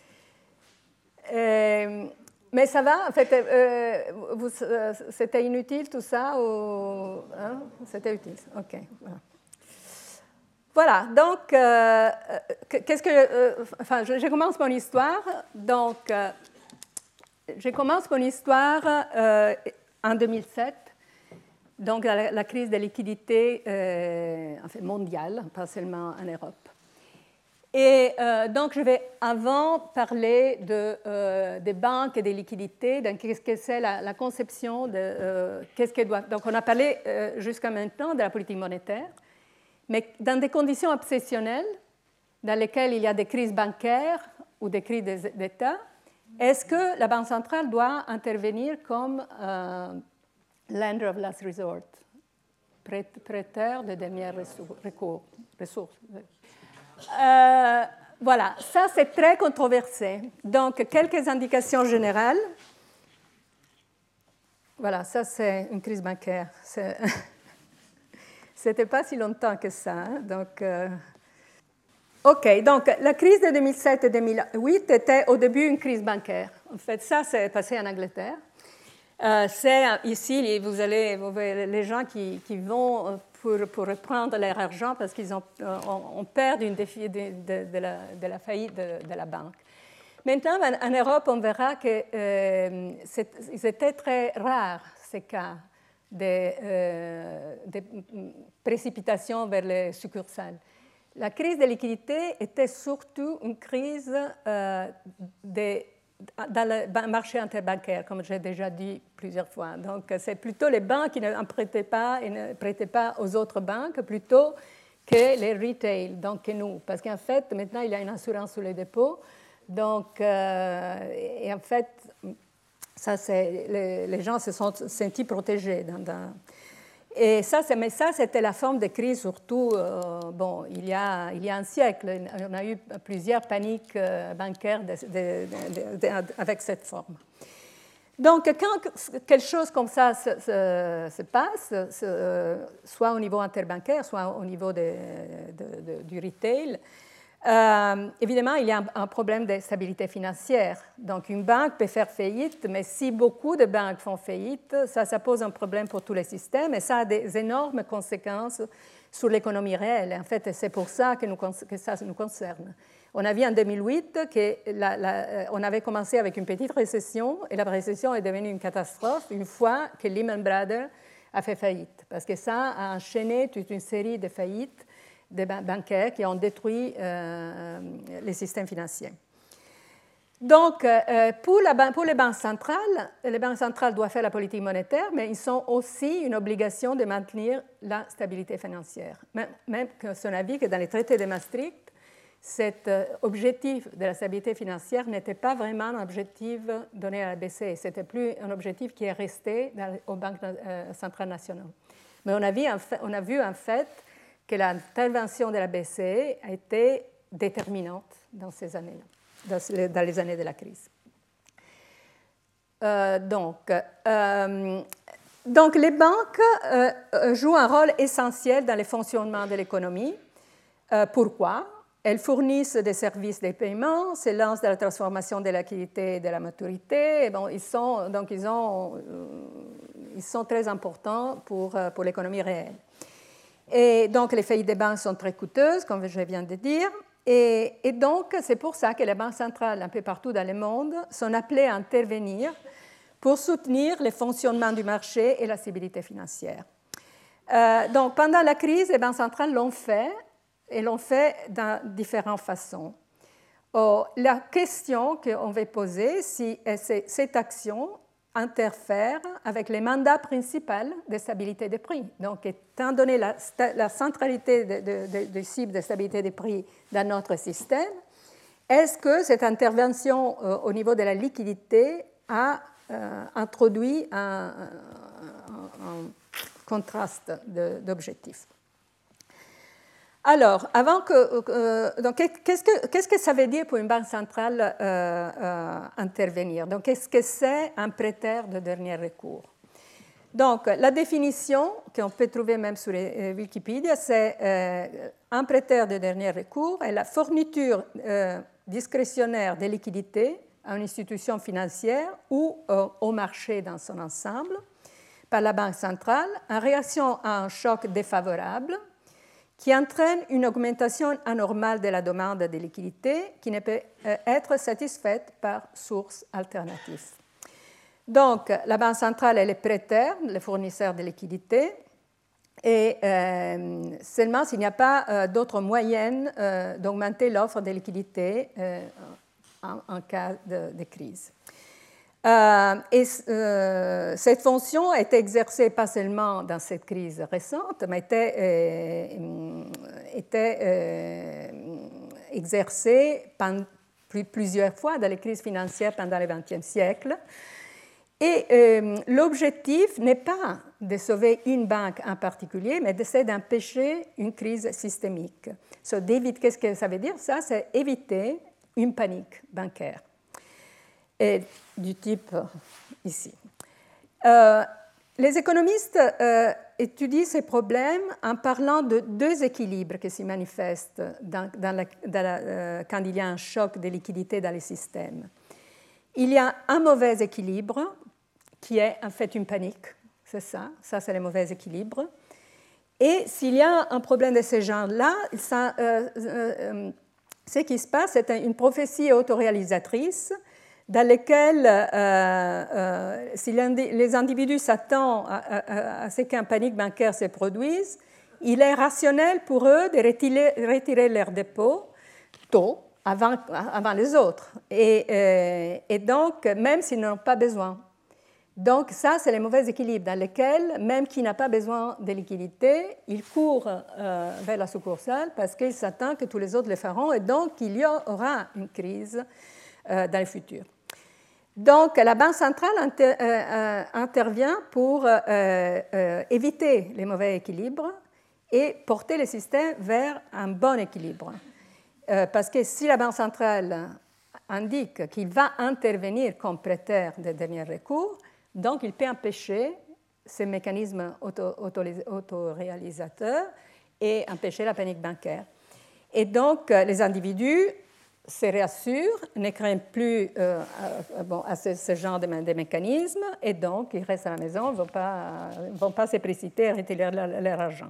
Euh, mais ça va, en fait, euh, vous, euh, c'était inutile tout ça ou... hein? C'était utile, OK. Voilà, voilà donc, euh, qu'est-ce que... Euh, enfin, je, je commence mon histoire. Donc, euh, je commence mon histoire euh, en deux mille sept. Donc, la, la crise de liquidité euh, en fait, mondiale, pas seulement en Europe. Et euh, donc, je vais avant parler de, euh, des banques et des liquidités, donc qu'est-ce que c'est la, la conception de euh, qu'est-ce qu'elle doit. Donc, on a parlé euh, jusqu'à maintenant de la politique monétaire, mais dans des conditions obsessionnelles, dans lesquelles il y a des crises bancaires ou des crises d'État, est-ce que la Banque centrale doit intervenir comme euh, lender of last resort, prêteur de dernier recours, ressources. Euh, voilà, ça c'est très controversé. Donc, quelques indications générales. Voilà, ça c'est une crise bancaire. C'était pas si longtemps que ça. Hein? Donc, euh... OK, donc la crise de deux mille sept et deux mille huit était au début une crise bancaire. En fait, ça c'est passé en Angleterre. Euh, c'est ici, vous allez, vous voyez, les gens qui, qui vont pour, pour reprendre leur argent parce qu'ils ont, on, on perd une défi de, de, de, la, de la faillite de, de la banque. Maintenant, en, en Europe, on verra que euh, c'était très rare ces cas de, euh, de précipitation vers les succursales. La crise de liquidité était surtout une crise euh, des dans le marché interbancaire, comme j'ai déjà dit plusieurs fois. Donc, c'est plutôt les banques qui ne prêtaient pas et ne prêtaient pas aux autres banques plutôt que les retail, donc que nous. Parce qu'en fait, maintenant, il y a une assurance sur les dépôts. Donc, euh, et en fait, ça, c'est, les, les gens se sont sentis protégés. Dans, dans, et ça, c'est, mais ça, c'était la forme de crise, surtout, euh, bon, il y, a, il y a un siècle. On a eu plusieurs paniques euh, bancaires de, de, de, de, avec cette forme. Donc, quand quelque chose comme ça se, se, se passe, se, soit au niveau interbancaire, soit au niveau de, de, de, du retail, Euh, évidemment, il y a un, un problème de stabilité financière. Donc, une banque peut faire faillite, mais si beaucoup de banques font faillite, ça, ça pose un problème pour tous les systèmes et ça a des énormes conséquences sur l'économie réelle. En fait, c'est pour ça que, nous, que ça nous concerne. On a vu en deux mille huit qu'on avait commencé avec une petite récession et la récession est devenue une catastrophe une fois que Lehman Brothers a fait faillite, parce que ça a enchaîné toute une série de faillites des bancaires qui ont détruit euh, les systèmes financiers. Donc, euh, pour, la, pour les banques centrales, les banques centrales doivent faire la politique monétaire, mais ils ont aussi une obligation de maintenir la stabilité financière. Même, même que son avis que dans les traités de Maastricht, cet objectif de la stabilité financière n'était pas vraiment un objectif donné à la B C E. C'était plus un objectif qui est resté dans, aux banques euh, centrales nationales. Mais on a vu en fait, on a vu en fait que l'intervention de la B C E a été déterminante dans ces années-là, dans, dans les années de la crise. Euh, donc, euh, donc, les banques euh, jouent un rôle essentiel dans le fonctionnement de l'économie. Euh, pourquoi ? Elles fournissent des services de paiement, se lancent dans la transformation de l'activité et de la maturité. Et bon, ils, sont, donc ils, ont, ils sont très importants pour, pour l'économie réelle. Et donc, les faillites des banques sont très coûteuses, comme je viens de dire. Et, et donc, c'est pour ça que les banques centrales, un peu partout dans le monde, sont appelées à intervenir pour soutenir le fonctionnement du marché et la stabilité financière. Euh, donc, pendant la crise, les banques centrales l'ont fait. Et l'on fait de différentes façons. Or, la question qu'on va poser, si cette action interfère avec les mandats principaux de stabilité des prix. Donc, étant donné la, la centralité de, de, de, de cible de stabilité des prix dans notre système, est-ce que cette intervention euh, au niveau de la liquidité a euh, introduit un, un, un contraste d'objectifs? Alors, avant que, euh, donc, qu'est-ce que, qu'est-ce que ça veut dire pour une banque centrale euh, euh, intervenir? Donc, qu'est-ce que c'est un prêteur de dernier recours? Donc, la définition qu'on peut trouver même sur Wikipédia, c'est euh, un prêteur de dernier recours est la fourniture euh, discrétionnaire de liquidités à une institution financière ou euh, au marché dans son ensemble par la banque centrale en réaction à un choc défavorable qui entraîne une augmentation anormale de la demande de liquidité qui ne peut être satisfaite par sources alternatives. Donc, la Banque centrale est le prêteur, le fournisseur de liquidité, et euh, seulement s'il n'y a pas euh, d'autres moyens euh, d'augmenter l'offre de liquidité euh, en, en cas de, de crise. Euh, et euh, cette fonction a été exercée pas seulement dans cette crise récente, mais était, euh, était euh, exercée pendant plusieurs fois dans les crises financières pendant le vingtième siècle. Et euh, l'objectif n'est pas de sauver une banque en particulier, mais d'essayer d'empêcher une crise systémique. So, qu'est-ce que ça veut dire? Ça, c'est éviter une panique bancaire. Et du type ici. Euh, les économistes euh, étudient ces problèmes en parlant de deux équilibres qui se manifestent dans, dans la, dans la, euh, quand il y a un choc de liquidité dans les systèmes. Il y a un mauvais équilibre qui est en fait une panique, c'est ça, ça c'est le mauvais équilibre. Et s'il y a un problème de ce genre-là, ça, euh, euh, ce qui se passe, c'est une prophétie autoréalisatrice dans lesquelles, euh, euh, si les individus s'attendent à, à, à ce qu'un panique bancaire se produise, il est rationnel pour eux de retirer, retirer leurs dépôts tôt, avant, avant les autres, et, euh, et donc, même s'ils n'en ont pas besoin. Donc, ça, c'est le mauvais équilibre dans lequel, même qui n'a pas besoin de liquidité, il court euh, vers la succursale parce qu'il s'attend que tous les autres le feront, et donc il y aura une crise euh, dans le futur. Donc, la Banque centrale inter, euh, intervient pour euh, euh, éviter les mauvais équilibres et porter le système vers un bon équilibre. Euh, parce que si la Banque centrale indique qu'il va intervenir comme prêteur de dernier recours, donc il peut empêcher ces mécanismes auto, auto, autoréalisateurs et empêcher la panique bancaire. Et donc, les individus se rassurent, ne craignent plus euh, euh, bon, à ce, ce genre de, de mécanismes, et donc ils restent à la maison, ne vont pas, vont pas se précipiter à retirer leur, leur argent.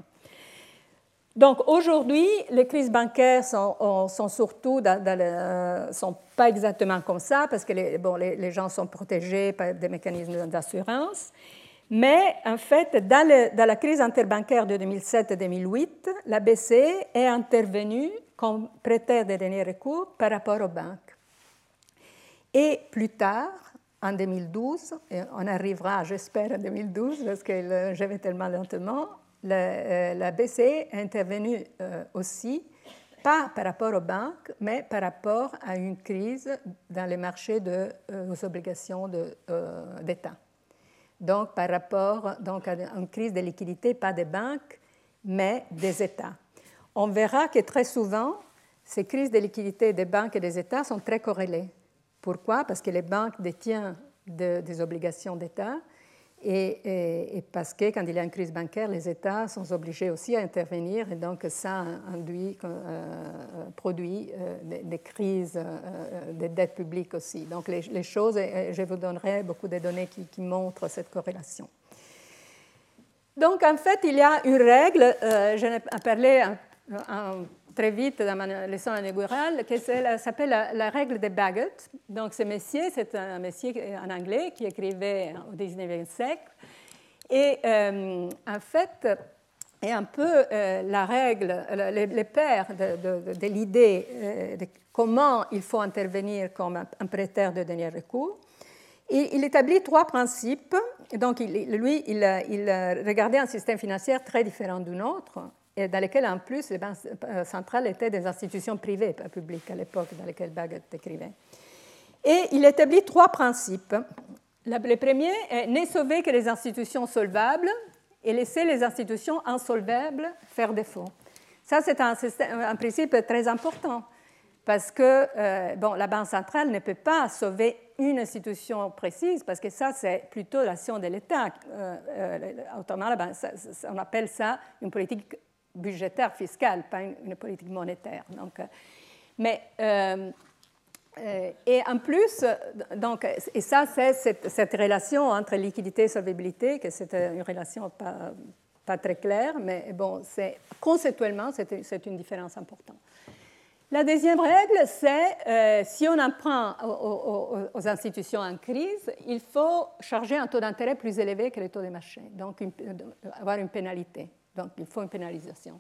Donc aujourd'hui, les crises bancaires sont, sont surtout dans, dans le, sont pas exactement comme ça, parce que les, bon, les, les gens sont protégés par des mécanismes d'assurance, Mais en fait, dans, le, dans la crise interbancaire de deux mille sept deux mille huit, la B C E est intervenue comme prêteur de dernier recours par rapport aux banques. Et plus tard, en deux mille douze, et on arrivera, j'espère, en deux mille douze, parce que je vais tellement lentement, la, euh, la B C E est intervenue euh, aussi, pas par rapport aux banques, mais par rapport à une crise dans les marchés de, euh, aux obligations de, euh, d'État. Donc, par rapport donc, à une crise de liquidité, pas des banques, mais des États. On verra que très souvent, ces crises de liquidité des banques et des États sont très corrélées. Pourquoi? Parce que les banques détiennent de, des obligations d'État et, et, et parce que quand il y a une crise bancaire, les États sont obligés aussi à intervenir et donc ça induit, euh, produit euh, des, des crises euh, des dettes publiques aussi. Donc les, les choses, je vous donnerai beaucoup de données qui, qui montrent cette corrélation. Donc en fait, il y a une règle, euh, je n'ai parlé un, un, très vite dans ma leçon inaugurale, qui s'appelle la, la règle de Bagot. Donc, ce monsieur, c'est un monsieur en anglais qui écrivait au dix-neuvième siècle. Et euh, en fait, est un peu euh, la règle, les, les pères de, de, de, de l'idée euh, de comment il faut intervenir comme un, un prêteur de dernier recours. Et il établit trois principes. Donc, il, lui, il, il regardait un système financier très différent du nôtre, et dans lesquels, en plus, les banques centrales étaient des institutions privées, pas publiques à l'époque dans lesquelles Bagot écrivait. Et il établit trois principes. Le premier est ne sauver que les institutions solvables et laisser les institutions insolvables faire défaut. Ça, c'est un, un principe très important parce que euh, bon, la Banque centrale ne peut pas sauver une institution précise parce que ça, c'est plutôt l'action de l'État. Euh, euh, autrement, ça, ça, on appelle ça une politique budgétaire fiscale, pas une, une politique monétaire. Donc, euh, mais, euh, euh, et en plus, donc, et ça, c'est cette, cette relation entre liquidité et solvabilité, que c'est une relation pas, pas très claire, mais bon, c'est, conceptuellement, c'est, c'est une différence importante. La deuxième règle, c'est euh, si on emprunte aux, aux, aux institutions en crise, il faut charger un taux d'intérêt plus élevé que le taux de marché, donc une, avoir une pénalité. Donc, il faut une pénalisation.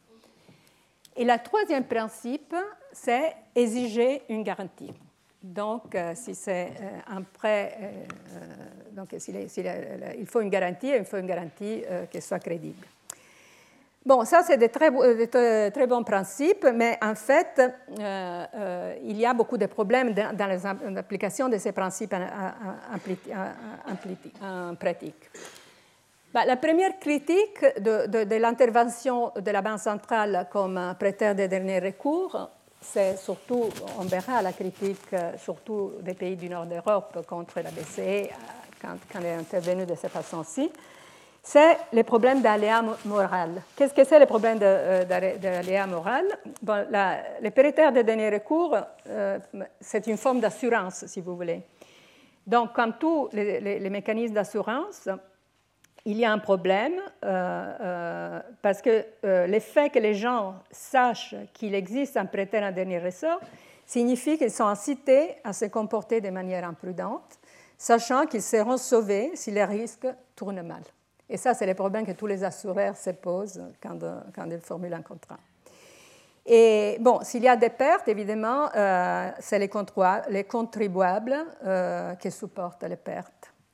Et le troisième principe, c'est exiger une garantie. Donc, euh, si c'est euh, un prêt, euh, donc s'il est, s'il est, il faut une garantie, il faut une garantie euh, qui soit crédible. Bon, ça, c'est des très, des très bons principes, mais en fait, euh, euh, il y a beaucoup de problèmes dans, dans l'application de ces principes en, en, en, en pratique. La première critique de, de, de l'intervention de la Banque centrale comme prêteur de dernier recours, c'est surtout, on verra la critique surtout des pays du nord d'Europe contre la B C E quand, quand elle est intervenue de cette façon-ci, c'est les problèmes d'aléa moral. Qu'est-ce que c'est les problèmes d'aléa moral? Bon, la, les prêteurs de dernier recours, euh, c'est une forme d'assurance, si vous voulez. Donc, comme tous les, les, les mécanismes d'assurance, il y a un problème euh, euh, parce que euh, le fait que les gens sachent qu'il existe un prêteur en dernier ressort signifie qu'ils sont incités à se comporter de manière imprudente, sachant qu'ils seront sauvés si les risques tournent mal. Et ça, c'est le problème que tous les assureurs se posent quand, quand ils formulent un contrat. Et bon, s'il y a des pertes, évidemment, euh, c'est les, les contribuables euh, qui supportent les pertes.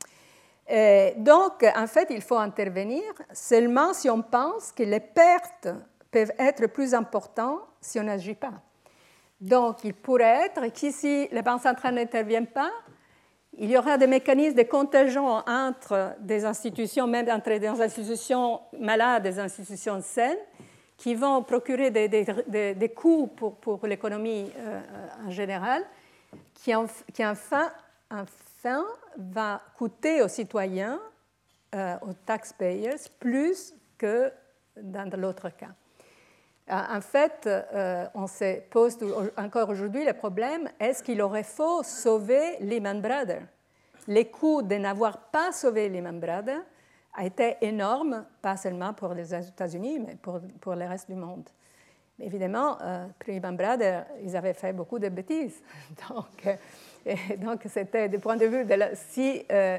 Et donc, en fait, il faut intervenir seulement si on pense que les pertes peuvent être plus importantes si on n'agit pas. Donc, il pourrait être qu'ici, les banques centrales n'interviennent pas, il y aura des mécanismes de contagion entre des institutions, même entre des institutions malades et des institutions saines, qui vont procurer des, des, des, des coûts pour, pour l'économie euh, en général, qui, en, qui enfin, enfin va coûter aux citoyens, euh, aux taxpayers, plus que dans l'autre cas. En fait, euh, on se pose encore aujourd'hui le problème, est-ce qu'il aurait fallu sauver Lehman Brothers? Les coûts de n'avoir pas sauvé Lehman Brothers a été énorme, pas seulement pour les États-Unis, mais pour, pour le reste du monde. Évidemment, euh, Lehman Brothers, ils avaient fait beaucoup de bêtises. Donc, et donc c'était du point de vue de la, si euh,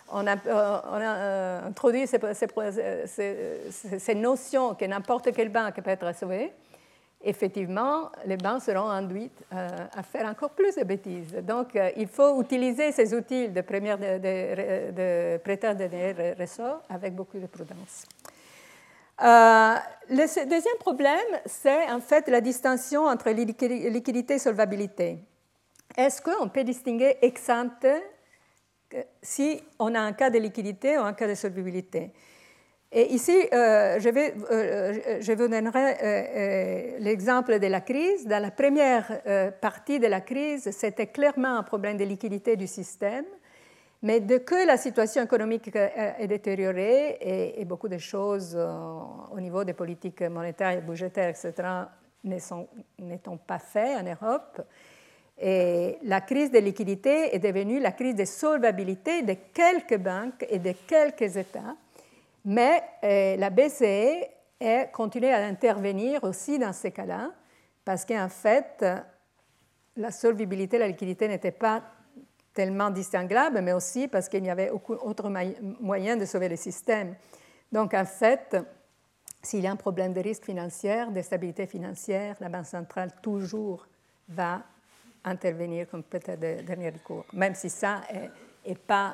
on a, on a euh, introduit ces, ces, ces, ces notions que n'importe quelle banque peut être sauvée, effectivement, les banques seront induites euh, à faire encore plus de bêtises. Donc, euh, il faut utiliser ces outils de, première de, de, de prêteur de dernier ressort avec beaucoup de prudence. Euh, le deuxième problème, c'est en fait la distinction entre liquidité et solvabilité. Est-ce qu'on peut distinguer ex ante si on a un cas de liquidité ou un cas de solvabilité? Et ici, euh, je, vais, euh, je vous donnerai euh, euh, l'exemple de la crise. Dans la première euh, partie de la crise, c'était clairement un problème de liquidité du système, mais dès que la situation économique est détériorée et, et beaucoup de choses euh, au niveau des politiques monétaires et budgétaires, et cetera, n'étant pas faites en Europe, et la crise de liquidité est devenue la crise de solvabilité de quelques banques et de quelques États. Mais euh, la B C E a continué à intervenir aussi dans ces cas-là, parce qu'en fait, la solvabilité, la liquidité n'était pas tellement distinguable, mais aussi parce qu'il n'y avait aucun autre moyen de sauver le système. Donc, en fait, s'il y a un problème de risque financier, de stabilité financière, la Banque centrale toujours va intervenir comme peut-être de dernier recours, même si ça n'est pas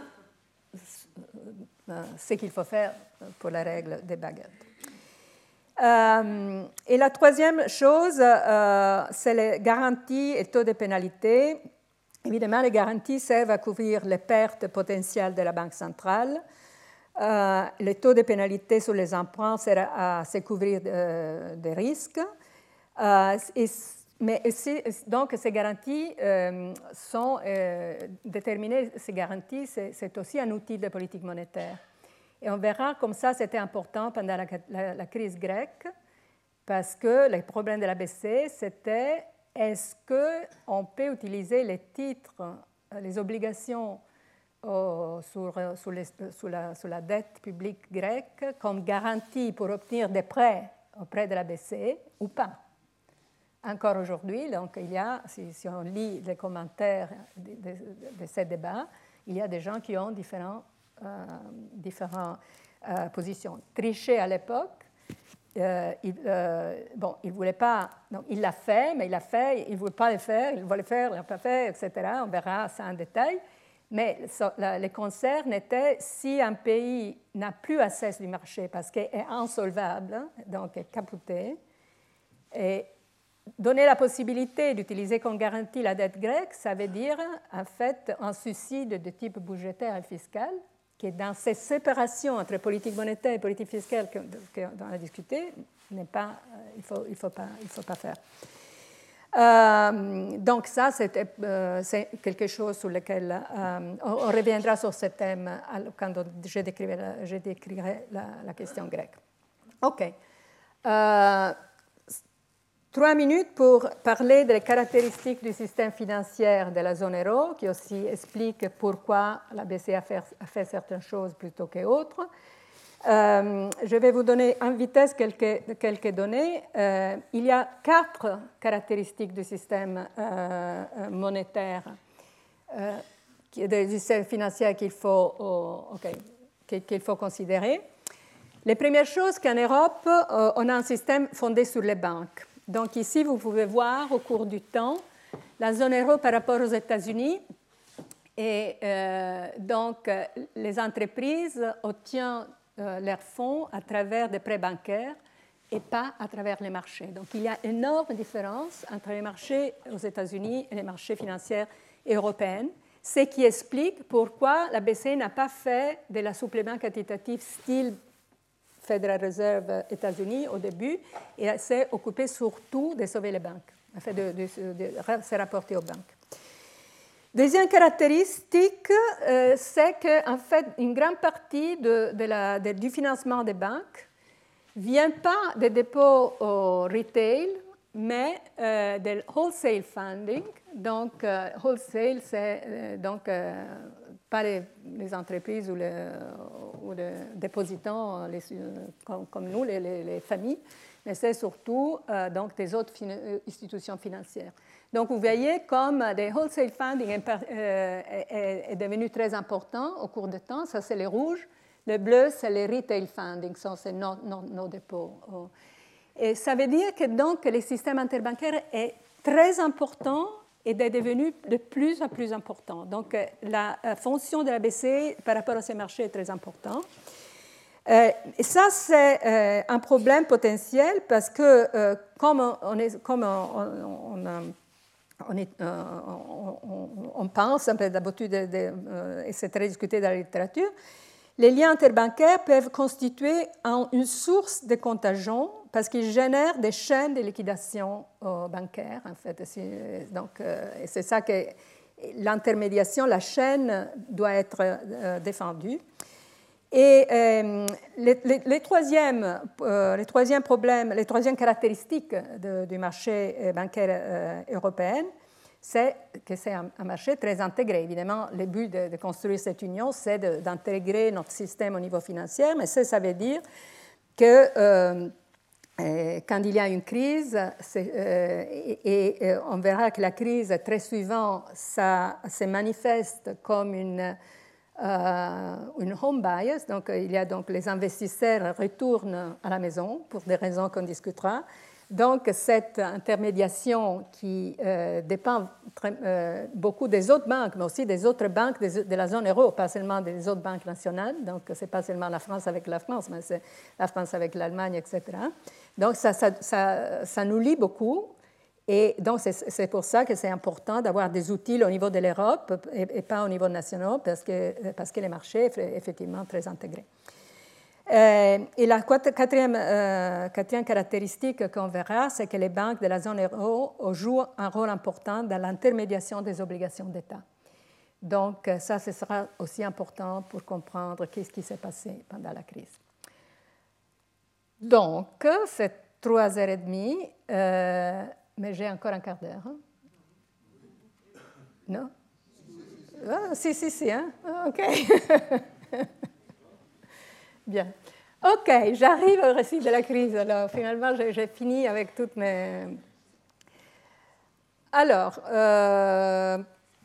ce qu'il faut faire pour la règle des baguettes. Euh, et la troisième chose, euh, c'est les garanties et taux de pénalité. Évidemment, les garanties servent à couvrir les pertes potentielles de la Banque centrale. Euh, les taux de pénalité sur les emprunts servent à se couvrir de, des risques. Euh, et, mais aussi, donc, ces garanties euh, sont euh, déterminées. Ces garanties, c'est, c'est aussi un outil de politique monétaire. Et on verra comme ça, c'était important pendant la, la, la crise grecque, parce que le problème de la B C E, c'était est-ce qu'on peut utiliser les titres, les obligations euh, sur, sur, les, sur, la, sur la dette publique grecque comme garantie pour obtenir des prêts auprès de la B C E ou pas? Encore aujourd'hui, donc il y a, si, si on lit les commentaires de, de, de ces débats, il y a des gens qui ont différents, euh, différentes euh, positions. Trichet à l'époque, euh, il euh, bon, il voulait pas, donc il l'a fait, mais il l'a fait, il ne voulait pas le faire, il voulait le faire, il ne l'a pas fait, et cetera. On verra ça en détail. Mais le concern était si un pays n'a plus accès du marché parce qu'il est insolvable, donc est capoté, et donner la possibilité d'utiliser comme garantie la dette grecque, ça veut dire en fait un suicide de type budgétaire et fiscal, qui est dans ces séparations entre politique monétaire et politique fiscale qu'on a discuté, n'est pas, il ne faut, il faut, pas, il faut pas faire. Euh, donc ça, c'était, euh, c'est quelque chose sur lequel euh, on, on reviendra sur ce thème quand je décrirai la, je décrirai la, la question grecque. OK. Euh, Trois minutes pour parler des caractéristiques du système financier de la zone euro, qui aussi explique pourquoi la B C E a fait, a fait certaines choses plutôt qu'autres. Euh, je vais vous donner en vitesse quelques, quelques données. Euh, il y a quatre caractéristiques du système euh, monétaire, euh, du système financier qu'il faut, oh, okay, qu'il faut considérer. Les premières choses qu'en Europe, euh, on a un système fondé sur les banques. Donc ici, vous pouvez voir au cours du temps la zone euro par rapport aux États-Unis. Et euh, donc, les entreprises obtiennent euh, leurs fonds à travers des prêts bancaires et pas à travers les marchés. Donc, il y a une énorme différence entre les marchés aux États-Unis et les marchés financiers européens, ce qui explique pourquoi la B C E n'a pas fait de l'assouplissement quantitatif style Federal Reserve États-Unis au début, et elle s'est occupée surtout de sauver les banques, en fait de, de, de, de se rapporter aux banques. Deuxième caractéristique, euh, c'est qu'en fait, une grande partie de, de la, de, du financement des banques ne vient pas des dépôts au retail, mais euh, de wholesale funding. Donc, euh, wholesale, c'est euh, donc euh, pas les, les entreprises ou les, ou les dépositants les, comme, comme nous, les, les, les familles, mais c'est surtout euh, donc des autres fin- institutions financières. Donc, vous voyez comme le wholesale funding est, euh, est, est devenu très important au cours du temps. Ça, c'est les rouges. Le bleu, c'est les retail funding, ça, c'est nos, nos, nos dépôts. Et ça veut dire que donc, le système interbancaire est très important et est devenu de plus en plus important. Donc, la fonction de la B C E par rapport à ces marchés est très importante. Euh, et ça, c'est euh, un problème potentiel parce que, euh, comme on, est, comme on, on, on, on, est, euh, on, on pense, d'habitude, de, de, euh, et c'est très discuté dans la littérature, les liens interbancaires peuvent constituer un, une source de contagion parce qu'ils génèrent des chaînes de liquidation euh, bancaire, en fait. Donc, euh, c'est ça que l'intermédiation, la chaîne doit être euh, défendue. Et euh, les, les, les, troisièmes, euh, les troisièmes problèmes, les troisièmes caractéristiques de, du marché bancaire euh, européen, c'est que c'est un, un marché très intégré. Évidemment, le but de, de construire cette union, c'est de, d'intégrer notre système au niveau financier, mais ça, ça veut dire que euh, euh, quand il y a une crise, euh, et, et on verra que la crise très souvent, ça se manifeste comme une Euh, une home bias, donc il y a donc les investisseurs retournent à la maison pour des raisons qu'on discutera. Donc cette intermédiation qui euh, dépend très, euh, beaucoup des autres banques, mais aussi des autres banques des, de la zone euro, pas seulement des autres banques nationales. Donc c'est pas seulement la France avec la France, mais c'est la France avec l'Allemagne, et cetera. Donc ça, ça, ça, ça nous lie beaucoup. Et donc, c'est, c'est pour ça que c'est important d'avoir des outils au niveau de l'Europe et, et pas au niveau national, parce que, parce que les marchés sont effectivement très intégrés. Euh, et la quatrième, euh, quatrième caractéristique qu'on verra, c'est que les banques de la zone euro jouent un rôle important dans l'intermédiation des obligations d'État. Donc, ça, ce sera aussi important pour comprendre qu'est-ce qui s'est passé pendant la crise. Donc, c'est trois heures trente. Euh, Mais j'ai encore un quart d'heure. Hein? Non? Ah, si, si, si. Hein? Ah, OK. Bien. OK, j'arrive au récit de la crise. Alors, finalement, j'ai, j'ai fini avec toutes mes... Alors, euh...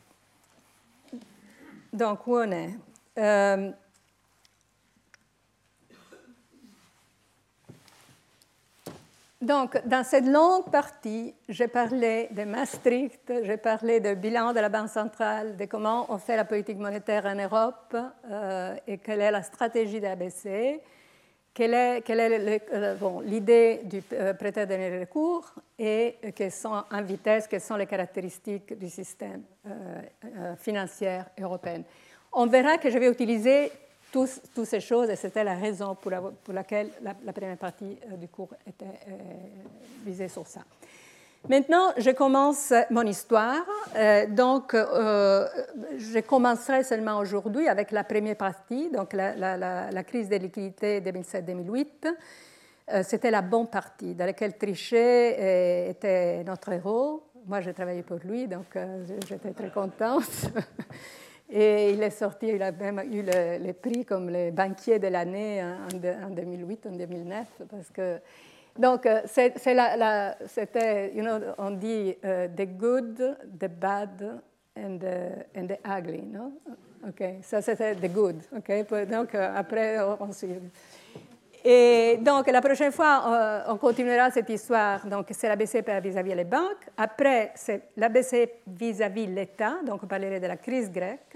donc, où on est? Euh... Donc, dans cette longue partie, j'ai parlé de Maastricht, j'ai parlé du bilan de la Banque centrale, de comment on fait la politique monétaire en Europe euh, et quelle est la stratégie de la B C E, quelle est, quelle est le, euh, bon, l'idée du euh, prêter de dernier recours et euh, quelles sont en vitesse, quelles sont les caractéristiques du système euh, euh, financier européen. On verra que je vais utiliser Tous, toutes ces choses, et c'était la raison pour, la, pour laquelle la, la première partie euh, du cours était euh, visée sur ça. Maintenant, je commence mon histoire. Euh, donc, euh, je commencerai seulement aujourd'hui avec la première partie, donc la, la, la, la crise des liquidités deux mille sept deux mille huit. Euh, c'était la bonne partie, dans laquelle Trichet euh, était notre héros. Moi, j'ai travaillé pour lui, donc euh, j'étais très contente. Et il est sorti, il a même eu le, le prix comme le banquier de l'année en, en deux mille huit, en deux mille neuf, parce que donc c'est, c'est la, la, c'était, you know, on dit uh, the good, the bad and the, and the ugly, no? Ok, ça c'était the good, ok. Donc après on suit. Et donc, la prochaine fois, on continuera cette histoire. Donc, c'est la B C E vis-à-vis les banques. Après, c'est la B C E vis-à-vis l'État. Donc, on parlerait de la crise grecque.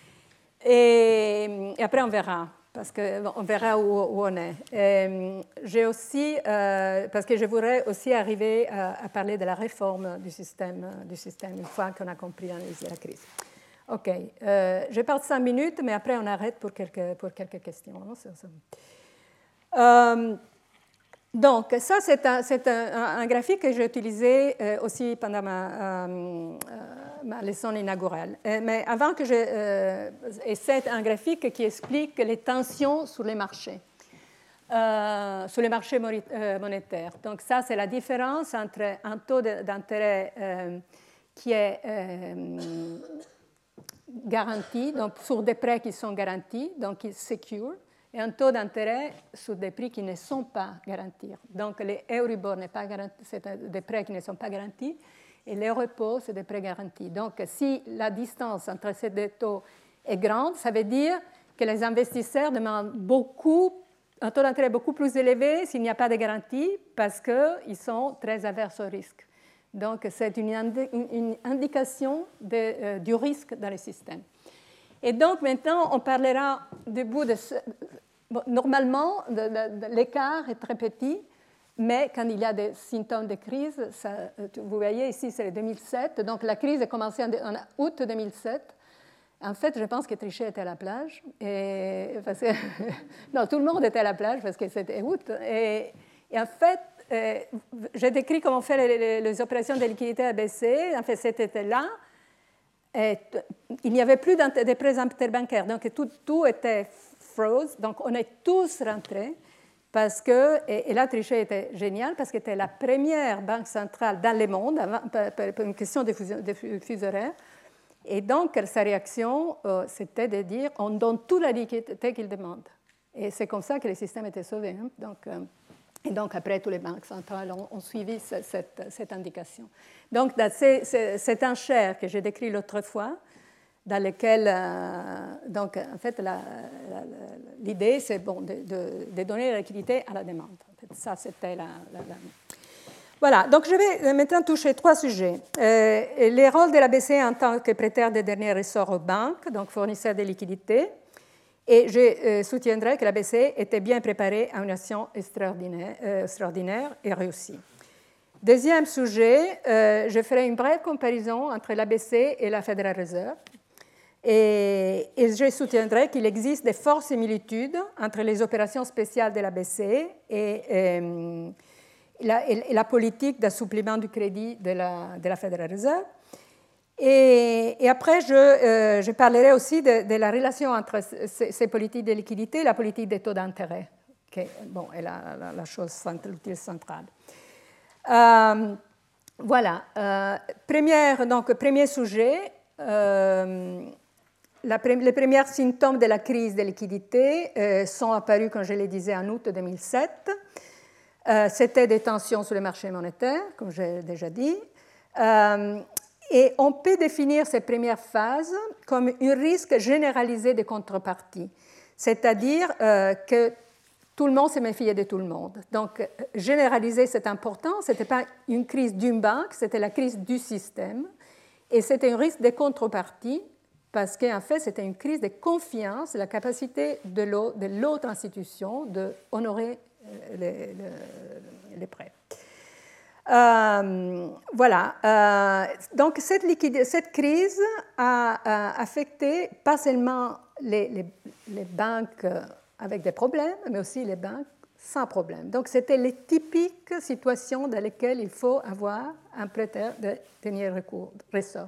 Et, et après, on verra, parce qu'on verra où, où on est. Et j'ai aussi, euh, parce que je voudrais aussi arriver à, à parler de la réforme du système, du système une fois qu'on a compris l'analyse de la crise. OK. Euh, je parle cinq minutes, mais après, on arrête pour quelques, pour quelques questions. Non? C'est, c'est... Euh, donc, ça, c'est un, c'est un, un graphique que j'ai utilisé euh, aussi pendant ma, euh, ma leçon inaugurale. Euh, mais avant que je... Euh, et c'est un graphique qui explique les tensions sur les marchés, euh, sur les marchés monétaires. Donc, ça, c'est la différence entre un taux d'intérêt euh, qui est euh, garanti, donc sur des prêts qui sont garantis, donc qui secure, et un taux d'intérêt sur des prix qui ne sont pas garantis. Donc, les Euribor n'est pas garanti, c'est des prêts qui ne sont pas garantis. et les repos, c'est des prêts garantis. Donc, si la distance entre ces deux taux est grande, ça veut dire que les investisseurs demandent beaucoup, un taux d'intérêt beaucoup plus élevé s'il n'y a pas de garantie, parce qu'ils sont très averses au risque. Donc, c'est une, indi- une indication de, euh, du risque dans le système. Et donc, maintenant, on parlera du bout de ce... Bon, normalement, de, de, de, l'écart est très petit, mais quand il y a des symptômes de crise, ça, vous voyez ici, c'est le deux mille sept. Donc, la crise a commencé en, en août deux mille sept. En fait, je pense que Trichet était à la plage. Et, parce que, non, tout le monde était à la plage parce que c'était août. Et, et en fait, euh, j'ai décrit comment on fait les, les, les opérations de liquidité à B C E. En fait, cet été-là, et il n'y avait plus de prêts interbancaires, donc tout, tout était froze. Donc on est tous rentrés parce que, et, et là Trichet était génial parce que c'était la première banque centrale dans le monde, avant, pour une question de fusion, de fuseau horaire. Et donc sa réaction, euh, c'était de dire on donne toute la liquidité qu'ils demandent. Et c'est comme ça que le système était sauvé. Hein. Donc, euh, Et donc, après, toutes les banques centrales ont, ont suivi cette, cette, cette indication. Donc, dans ces, ces, cette enchère que j'ai décrit l'autre fois, dans laquelle, euh, donc, en fait, la, la, l'idée, c'est bon, de, de, de donner la liquidité à la demande. En fait, ça, c'était la, la, la... Voilà, donc je vais maintenant toucher trois sujets. Euh, les rôles de la B C E en tant que prêteur de dernier ressort aux banques, donc fournisseur de liquidités. Et je euh, soutiendrai que la B C E était bien préparée à une action extraordinaire, euh, extraordinaire et réussie. Deuxième sujet, euh, je ferai une brève comparaison entre l'A B C et la Federal Reserve. Et, et je soutiendrai qu'il existe de fortes similitudes entre les opérations spéciales de la B C E et, euh, la, et la politique d'assouplissement du crédit de la, de la Federal Reserve. Et, et après, je, euh, je parlerai aussi de, de la relation entre ces, ces politiques de liquidité et la politique des taux d'intérêt, qui bon, est la, la, la chose l'outil central. Euh, voilà. Euh, première, donc, premier sujet, euh, la, les premiers symptômes de la crise de liquidité euh, sont apparus, comme je le disais, en août deux mille sept. Euh, C'était des tensions sur les marchés monétaires, comme j'ai déjà dit. Euh, Et on peut définir ces premières phases comme un risque généralisé de contrepartie, c'est-à-dire euh, que tout le monde se méfiait de tout le monde. Donc, généraliser, c'est important. Ce n'était pas une crise d'une banque, c'était la crise du système. Et c'était un risque de contrepartie parce qu'en fait, c'était une crise de confiance, la capacité de l'autre institution d'honorer les, les, les prêts. Euh, voilà. Euh, donc, cette, liquide, cette crise a, a affecté pas seulement les, les, les banques avec des problèmes, mais aussi les banques sans problème. Donc, c'était les typiques situations dans lesquelles il faut avoir un prêteur de dernier recours, ressort.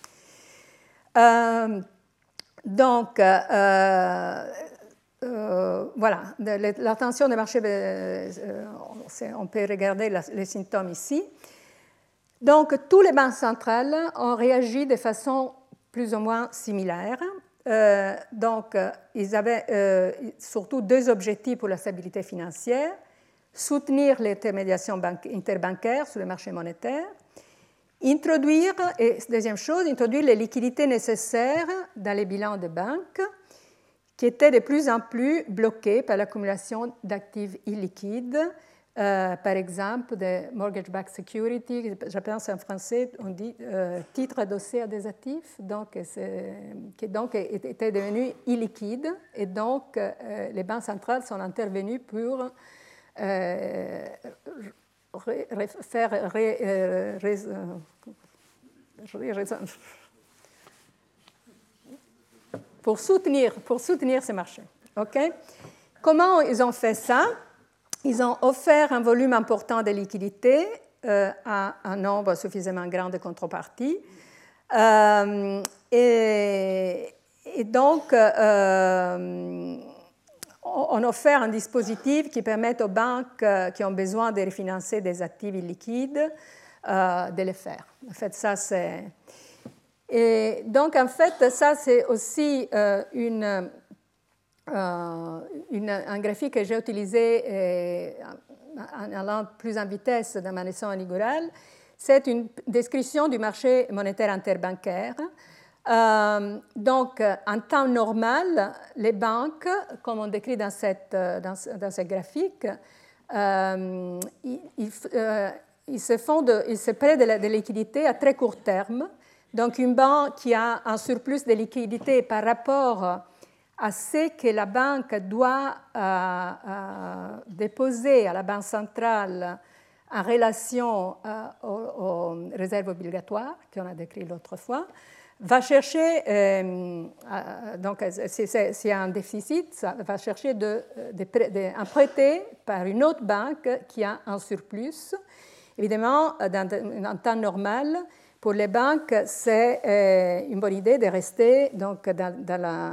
Euh, donc, euh, Euh, voilà, l'attention des marchés, euh, on peut regarder les symptômes ici. Donc, tous les banques centrales ont réagi de façon plus ou moins similaire. Euh, donc, ils avaient euh, surtout deux objectifs pour la stabilité financière: soutenir l'intermédiation interbancaire sur le marché monétaire, introduire, et deuxième chose, introduire les liquidités nécessaires dans les bilans de banques, qui étaient de plus en plus bloqués par l'accumulation d'actifs illiquides, euh, par exemple des mortgage-backed securities, je pense en français, on dit euh, titres adossés à des actifs, donc, qui donc étaient devenus illiquides, et donc euh, les banques centrales sont intervenues pour euh, faire ré, euh, ré, ré, ré, Pour soutenir, pour soutenir ces marchés. Okay? Comment ils ont fait ça? Ils ont offert un volume important de liquidités euh, à un nombre suffisamment grand de contreparties. Euh, et, et donc, euh, on a offert un dispositif qui permet aux banques qui ont besoin de refinancer des actifs illiquides euh, de le faire. En fait, ça, c'est... Et donc, en fait, ça, c'est aussi euh, une, euh, une, un graphique que j'ai utilisé euh, en allant plus en vitesse dans ma leçon inaugurale. c'est une description du marché monétaire interbancaire. Euh, donc, en temps normal, les banques, comme on décrit dans, cette, dans, dans ce graphique, euh, ils, ils, euh, ils, se font de, ils se prêtent de la de liquidité à très court terme. Donc, une banque qui a un surplus de liquidité par rapport à ce que la banque doit euh, euh, déposer à la Banque centrale en relation euh, aux, aux réserves obligatoires, qu'on a décrit l'autre fois, va chercher, euh, euh, donc s'il y a un déficit, ça va chercher de, de, de, un prêté par une autre banque qui a un surplus. Évidemment, dans un temps normal, pour les banques, c'est euh, une bonne idée de rester donc, dans, dans la,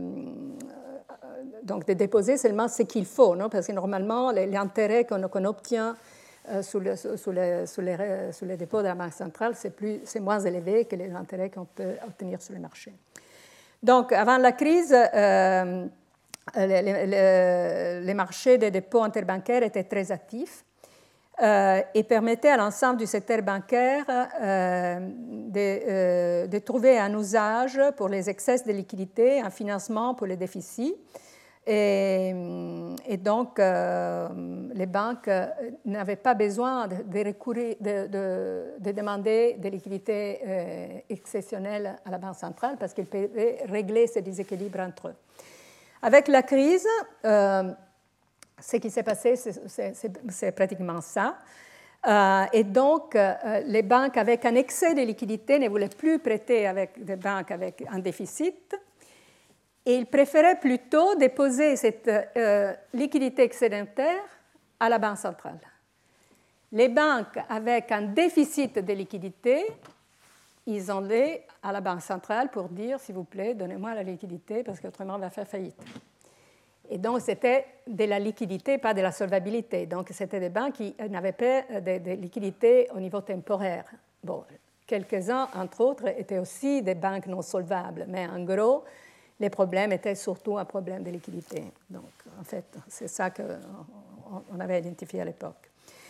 euh, donc de déposer seulement ce qu'il faut, non? Parce que normalement, l'intérêt qu'on, qu'on obtient Euh, sous, le, sous, les, sous, les, sous les dépôts de la Banque centrale, c'est, plus, c'est moins élevé que les intérêts qu'on peut obtenir sur le marché. Donc, avant la crise, euh, les, les, les marchés des dépôts interbancaires étaient très actifs euh, et permettaient à l'ensemble du secteur bancaire euh, de, euh, de trouver un usage pour les excès de liquidité, un financement pour les déficits. Et, et donc, euh, les banques n'avaient pas besoin de, de, recourir, de, de, de demander des liquidités euh, exceptionnelles à la Banque centrale parce qu'ils pouvaient régler ces déséquilibres entre eux. Avec la crise, euh, ce qui s'est passé, c'est, c'est, c'est pratiquement ça. Euh, et donc, euh, les banques avec un excès de liquidités ne voulaient plus prêter avec des banques avec un déficit. Et ils préféraient plutôt déposer cette euh, liquidité excédentaire à la Banque centrale. Les banques avec un déficit de liquidité, ils ont allé à la Banque centrale pour dire, s'il vous plaît, donnez-moi la liquidité parce qu'autrement on va faire faillite. Et donc c'était de la liquidité, pas de la solvabilité. Donc c'était des banques qui n'avaient pas de, de liquidité au niveau temporaire. Bon, quelques-uns, entre autres, étaient aussi des banques non solvables, mais en gros, les problèmes étaient surtout un problème de liquidité. Donc, en fait, c'est ça qu'on avait identifié à l'époque.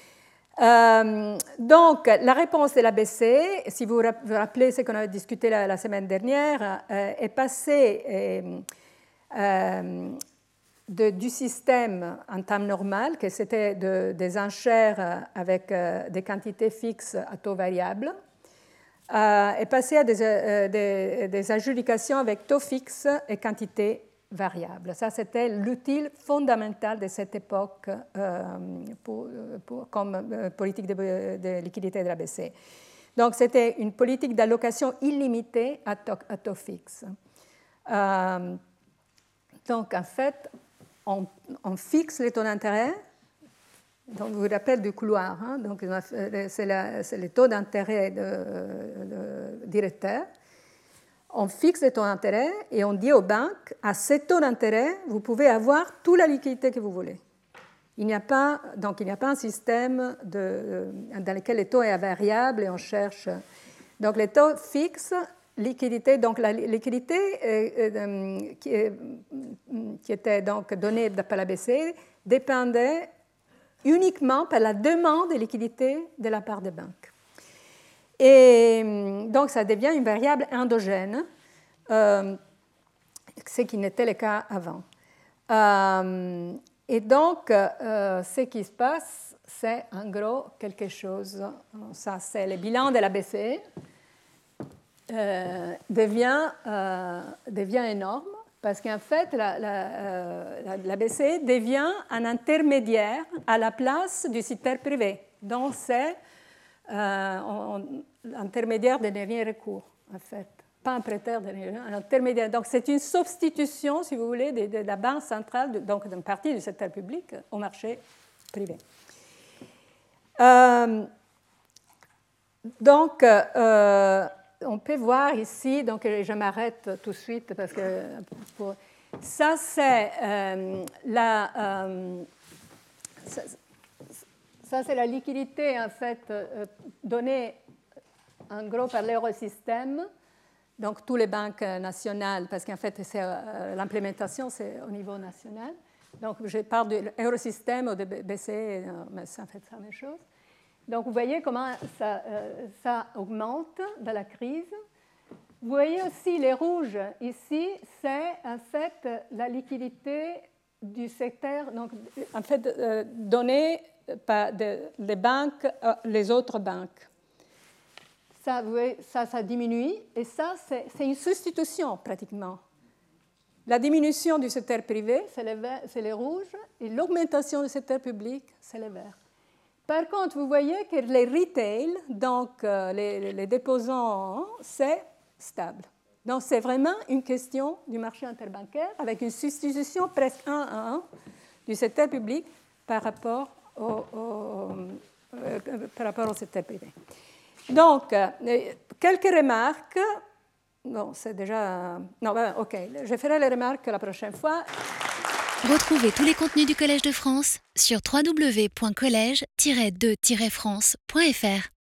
Euh, donc, la réponse de la B C E, si vous vous rappelez ce qu'on avait discuté la, la semaine dernière, euh, est passée euh, euh, de, du système en temps normal, que c'était de, des enchères avec euh, des quantités fixes à taux variable, Euh, est passé à des, euh, des, des adjudications avec taux fixes et quantités variables. Ça, c'était l'outil fondamental de cette époque euh, pour, pour, comme euh, politique de, de liquidité de la B C E. Donc, c'était une politique d'allocation illimitée à taux, à taux fixe. Euh, donc, en fait, on, on fixe les taux d'intérêt. Donc, je vous rappelle du couloir. Hein? Donc, c'est, la, c'est les taux d'intérêt de, de, directeur. On fixe les taux d'intérêt et on dit aux banques, à ces taux d'intérêt, vous pouvez avoir toute la liquidité que vous voulez. Il n'y a pas, donc, il n'y a pas un système de, dans lequel les taux est variable et on cherche. Donc, les taux fixes, liquidité, donc la liquidité euh, euh, qui, euh, qui était donc donnée par la B C E dépendait uniquement par la demande de liquidité de la part des banques. Et donc, ça devient une variable endogène, euh, ce qui n'était le cas avant. Euh, et donc, euh, ce qui se passe, c'est en gros quelque chose, ça c'est le bilan de la B C E, euh, devient, euh, devient énorme. Parce qu'en fait, la, la, la, la B C E devient un intermédiaire à la place du secteur privé. Donc, c'est euh, l'intermédiaire de dernier recours, en fait. Pas un prêteur de dernier recours, un intermédiaire. Donc, c'est une substitution, si vous voulez, de, de la Banque centrale, donc d'une partie du secteur public, au marché privé. Euh, donc, euh, on peut voir ici, donc je m'arrête tout de suite parce que pour, ça c'est euh, la euh, ça, ça c'est la liquidité en fait euh, donnée en gros par l'Eurosystème, donc toutes les banques nationales, parce qu'en fait c'est, euh, l'implémentation c'est au niveau national. Donc je parle de l'Eurosystème ou de B C E, mais c'est en fait la même chose. Donc, vous voyez comment ça, euh, ça augmente dans la crise. Vous voyez aussi les rouges ici, c'est en fait la liquidité du secteur, donc en fait euh, donnée par de, les banques, euh, les autres banques. Ça, vous voyez, ça, ça diminue et ça, c'est, c'est une substitution pratiquement. La diminution du secteur privé, c'est les, verts, c'est les rouges, et l'augmentation du secteur public, c'est les verts. Par contre, vous voyez que les retail, donc euh, les, les déposants, c'est stable. Donc, c'est vraiment une question du marché interbancaire avec une substitution presque un à un du secteur public par rapport au, au, euh, par rapport au secteur privé. Donc, euh, quelques remarques. Bon, c'est déjà... Non, ben, OK, je ferai les remarques la prochaine fois. Retrouvez tous les contenus du Collège de France sur w w w point collège tiret de tiret france point f r.